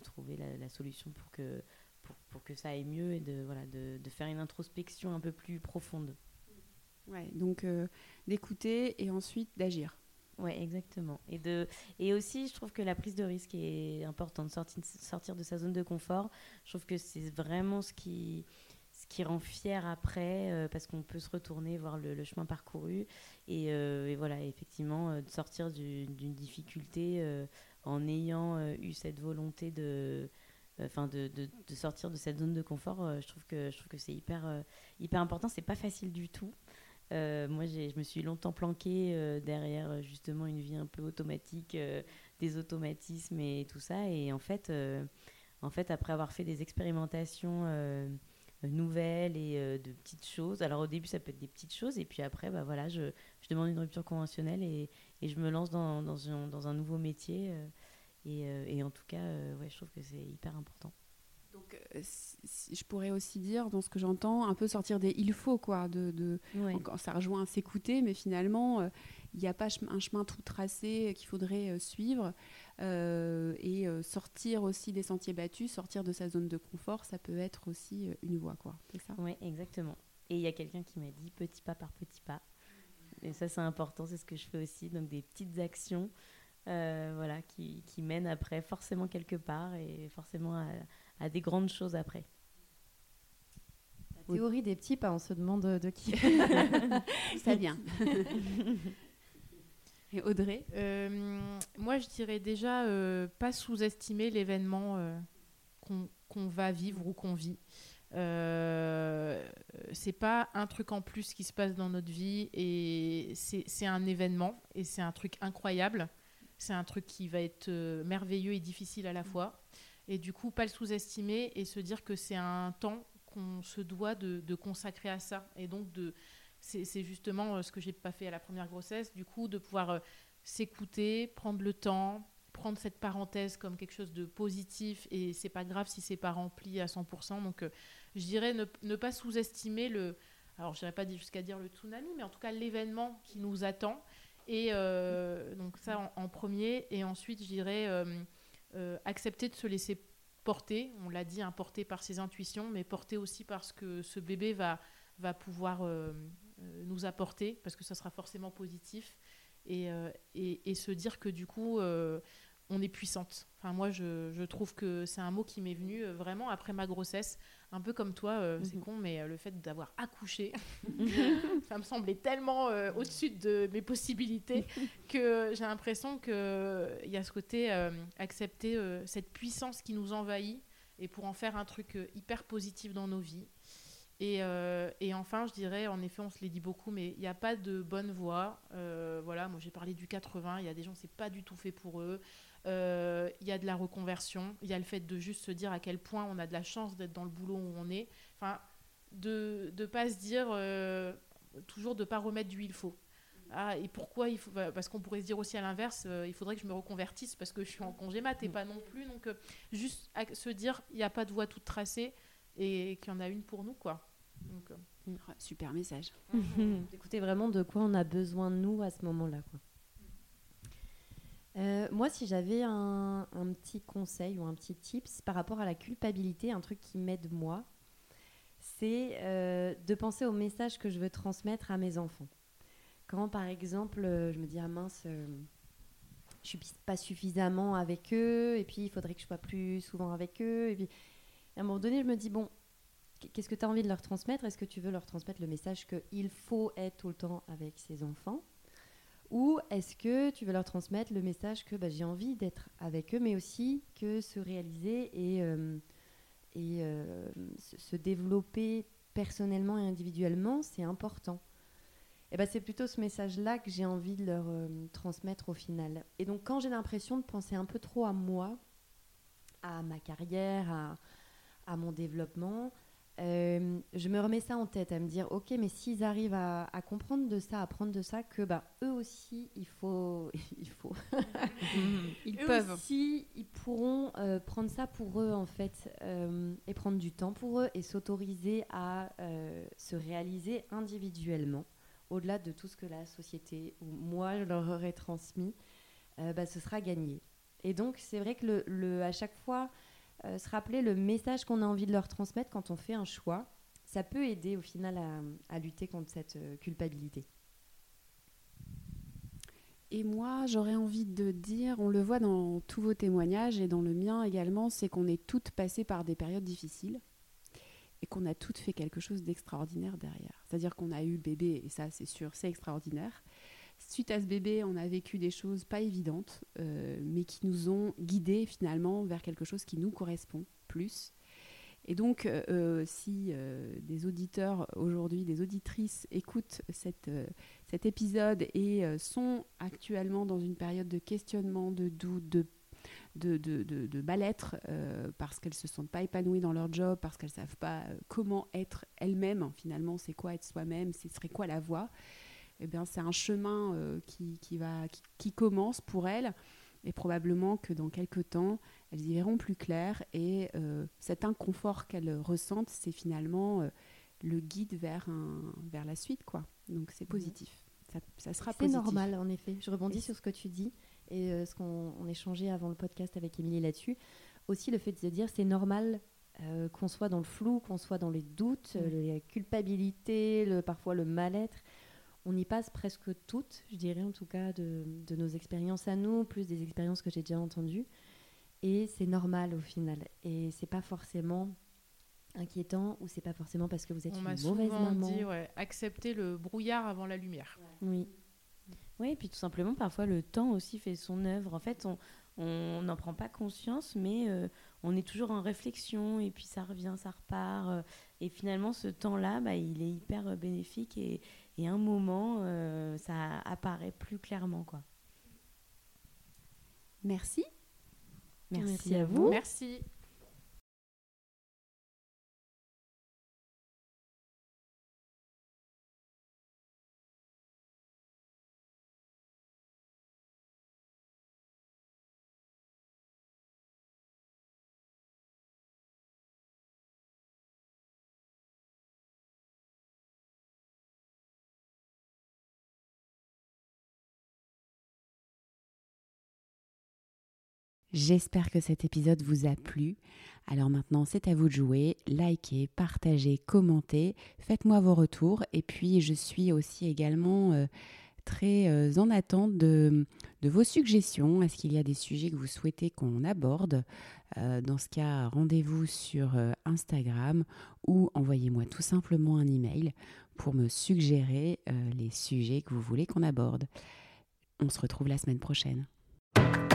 la solution pour que ça aille mieux, et de faire une introspection un peu plus profonde. Ouais, donc d'écouter et ensuite d'agir. Ouais, exactement. Et aussi, je trouve que la prise de risque est importante, sortir de sa zone de confort. Je trouve que c'est vraiment ce qui rend fier après, parce qu'on peut se retourner, voir le chemin parcouru. Et voilà, effectivement, de sortir d'une difficulté en ayant eu cette volonté de sortir de cette zone de confort. Je trouve que c'est hyper important. C'est pas facile du tout. Moi, je me suis longtemps planquée derrière justement une vie un peu automatique, des automatismes et tout ça. Et en fait, après avoir fait des expérimentations nouvelles et de petites choses, alors au début, ça peut être des petites choses, et puis après, voilà, je demande une rupture conventionnelle et je me lance dans un nouveau métier. Et en tout cas, ouais, je trouve que c'est hyper important. Donc, je pourrais aussi dire, dans ce que j'entends, un peu sortir des il faut, quoi. Ouais. Encore, ça rejoint à s'écouter, mais finalement, il n'y a pas un chemin tout tracé qu'il faudrait suivre. Et sortir aussi des sentiers battus, sortir de sa zone de confort, ça peut être aussi une voie, quoi. C'est ça ? Oui, exactement. Et il y a quelqu'un qui m'a dit petit pas par petit pas. Et ça, c'est important, c'est ce que je fais aussi. Donc, des petites actions voilà, qui mènent après forcément quelque part, et forcément à des grandes choses après. La théorie des petits pas, on se demande de qui. Ça vient. Et Audrey ? Moi, je dirais déjà pas sous-estimer l'événement qu'on va vivre ou qu'on vit. C'est pas un truc en plus qui se passe dans notre vie, et c'est un événement, et c'est un truc incroyable. C'est un truc qui va être merveilleux et difficile à la fois. Et du coup, pas le sous-estimer et se dire que c'est un temps qu'on se doit de consacrer à ça. Et donc, c'est justement ce que j'ai pas fait à la première grossesse. Du coup, de pouvoir s'écouter, prendre le temps, prendre cette parenthèse comme quelque chose de positif. Et c'est pas grave si c'est pas rempli à 100%. Donc, je dirais ne pas sous-estimer alors, je n'irais pas jusqu'à dire le tsunami, mais en tout cas, l'événement qui nous attend. Et donc ça en premier. Et ensuite, je dirais accepter de se laisser porter. On l'a dit, porter par ses intuitions, mais porter aussi parce que ce bébé va pouvoir nous apporter, parce que ça sera forcément positif. Et se dire que du coup, on est puissante. Enfin, moi, je trouve que c'est un mot qui m'est venu vraiment après ma grossesse. Un peu comme toi, c'est con, mais le fait d'avoir accouché, ça me semblait tellement au-dessus de mes possibilités que j'ai l'impression qu'il y a ce côté accepter cette puissance qui nous envahit, et pour en faire un truc hyper positif dans nos vies. Et enfin, je dirais, en effet, on se l'est dit beaucoup, mais il n'y a pas de bonne voie. Voilà, moi j'ai parlé du 80, il y a des gens, c'est pas du tout fait pour eux. Il y a de la reconversion, il y a le fait de juste se dire à quel point on a de la chance d'être dans le boulot où on est. Enfin, de ne pas se dire, toujours de ne pas remettre du il faut. Ah, et pourquoi il faut, parce qu'on pourrait se dire aussi à l'inverse, il faudrait que je me reconvertisse parce que je suis en congé mat et pas non plus. Donc, juste se dire, il n'y a pas de voie toute tracée et qu'il y en a une pour nous, quoi. Donc, super message. D'écouter vraiment de quoi on a besoin de nous à ce moment-là, quoi. Moi, si j'avais un petit conseil ou un petit tips par rapport à la culpabilité, un truc qui m'aide moi, c'est de penser au message que je veux transmettre à mes enfants. Quand, par exemple, je me dis « Ah mince, je suis pas suffisamment avec eux, et puis il faudrait que je sois plus souvent avec eux. Et puis, à un moment donné, je me dis, bon, qu'est-ce que tu as envie de leur transmettre ? Est-ce que tu veux leur transmettre le message qu'il faut être tout le temps avec ses enfants ? Ou est-ce que tu veux leur transmettre le message que j'ai envie d'être avec eux, mais aussi que se réaliser et se développer personnellement et individuellement, c'est important. Et c'est plutôt ce message-là que j'ai envie de leur transmettre au final. Et donc, quand j'ai l'impression de penser un peu trop à moi, à ma carrière, à mon développement, je me remets ça en tête, à me dire, ok, mais s'ils arrivent à comprendre de ça, à apprendre de ça, que eux aussi, ils peuvent aussi, ils pourront prendre ça pour eux, en fait, et prendre du temps pour eux et s'autoriser à se réaliser individuellement, au-delà de tout ce que la société ou moi je leur aurais transmis, ce sera gagné. Et donc, c'est vrai que à chaque fois, se rappeler le message qu'on a envie de leur transmettre quand on fait un choix, ça peut aider au final à lutter contre cette culpabilité. Et moi, j'aurais envie de dire, on le voit dans tous vos témoignages et dans le mien également, c'est qu'on est toutes passées par des périodes difficiles et qu'on a toutes fait quelque chose d'extraordinaire derrière. C'est-à-dire qu'on a eu le bébé, et ça c'est sûr, c'est extraordinaire. Suite à ce bébé, on a vécu des choses pas évidentes, mais qui nous ont guidés finalement vers quelque chose qui nous correspond plus. Et donc, si des auditeurs aujourd'hui, des auditrices écoutent cet épisode et sont actuellement dans une période de questionnement, de doute, de mal-être, parce qu'elles ne se sentent pas épanouies dans leur job, parce qu'elles ne savent pas comment être elles-mêmes, finalement, c'est quoi être soi-même, ce serait quoi la voie. Eh bien, c'est un chemin qui commence pour elles, et probablement que dans quelques temps, elles y verront plus clair, et cet inconfort qu'elles ressentent, c'est finalement le guide vers la suite, quoi. Donc c'est positif, ça sera c'est positif. C'est normal, en effet. Je rebondis sur ce que tu dis, et ce qu'on échangeait avant le podcast avec Émilie là-dessus. Aussi le fait de se dire, c'est normal qu'on soit dans le flou, qu'on soit dans les doutes, la culpabilité, parfois le mal-être. On y passe presque toutes, je dirais en tout cas, de nos expériences à nous, plus des expériences que j'ai déjà entendues. Et c'est normal au final. Et c'est pas forcément inquiétant, ou c'est pas forcément parce que vous êtes une mauvaise maman. On m'a souvent dit, accepter le brouillard avant la lumière. Oui. Oui, et puis tout simplement, parfois le temps aussi fait son œuvre. En fait, on n'en prend pas conscience, mais on est toujours en réflexion, et puis ça revient, ça repart. Et finalement, ce temps-là, il est hyper bénéfique, et à un moment, ça apparaît plus clairement, quoi. Merci. Merci à vous. Merci. J'espère que cet épisode vous a plu. Alors maintenant, c'est à vous de jouer. Likez, partagez, commentez. Faites-moi vos retours. Et puis, je suis aussi également très en attente de vos suggestions. Est-ce qu'il y a des sujets que vous souhaitez qu'on aborde ? Dans ce cas, rendez-vous sur Instagram ou envoyez-moi tout simplement un email pour me suggérer les sujets que vous voulez qu'on aborde. On se retrouve la semaine prochaine.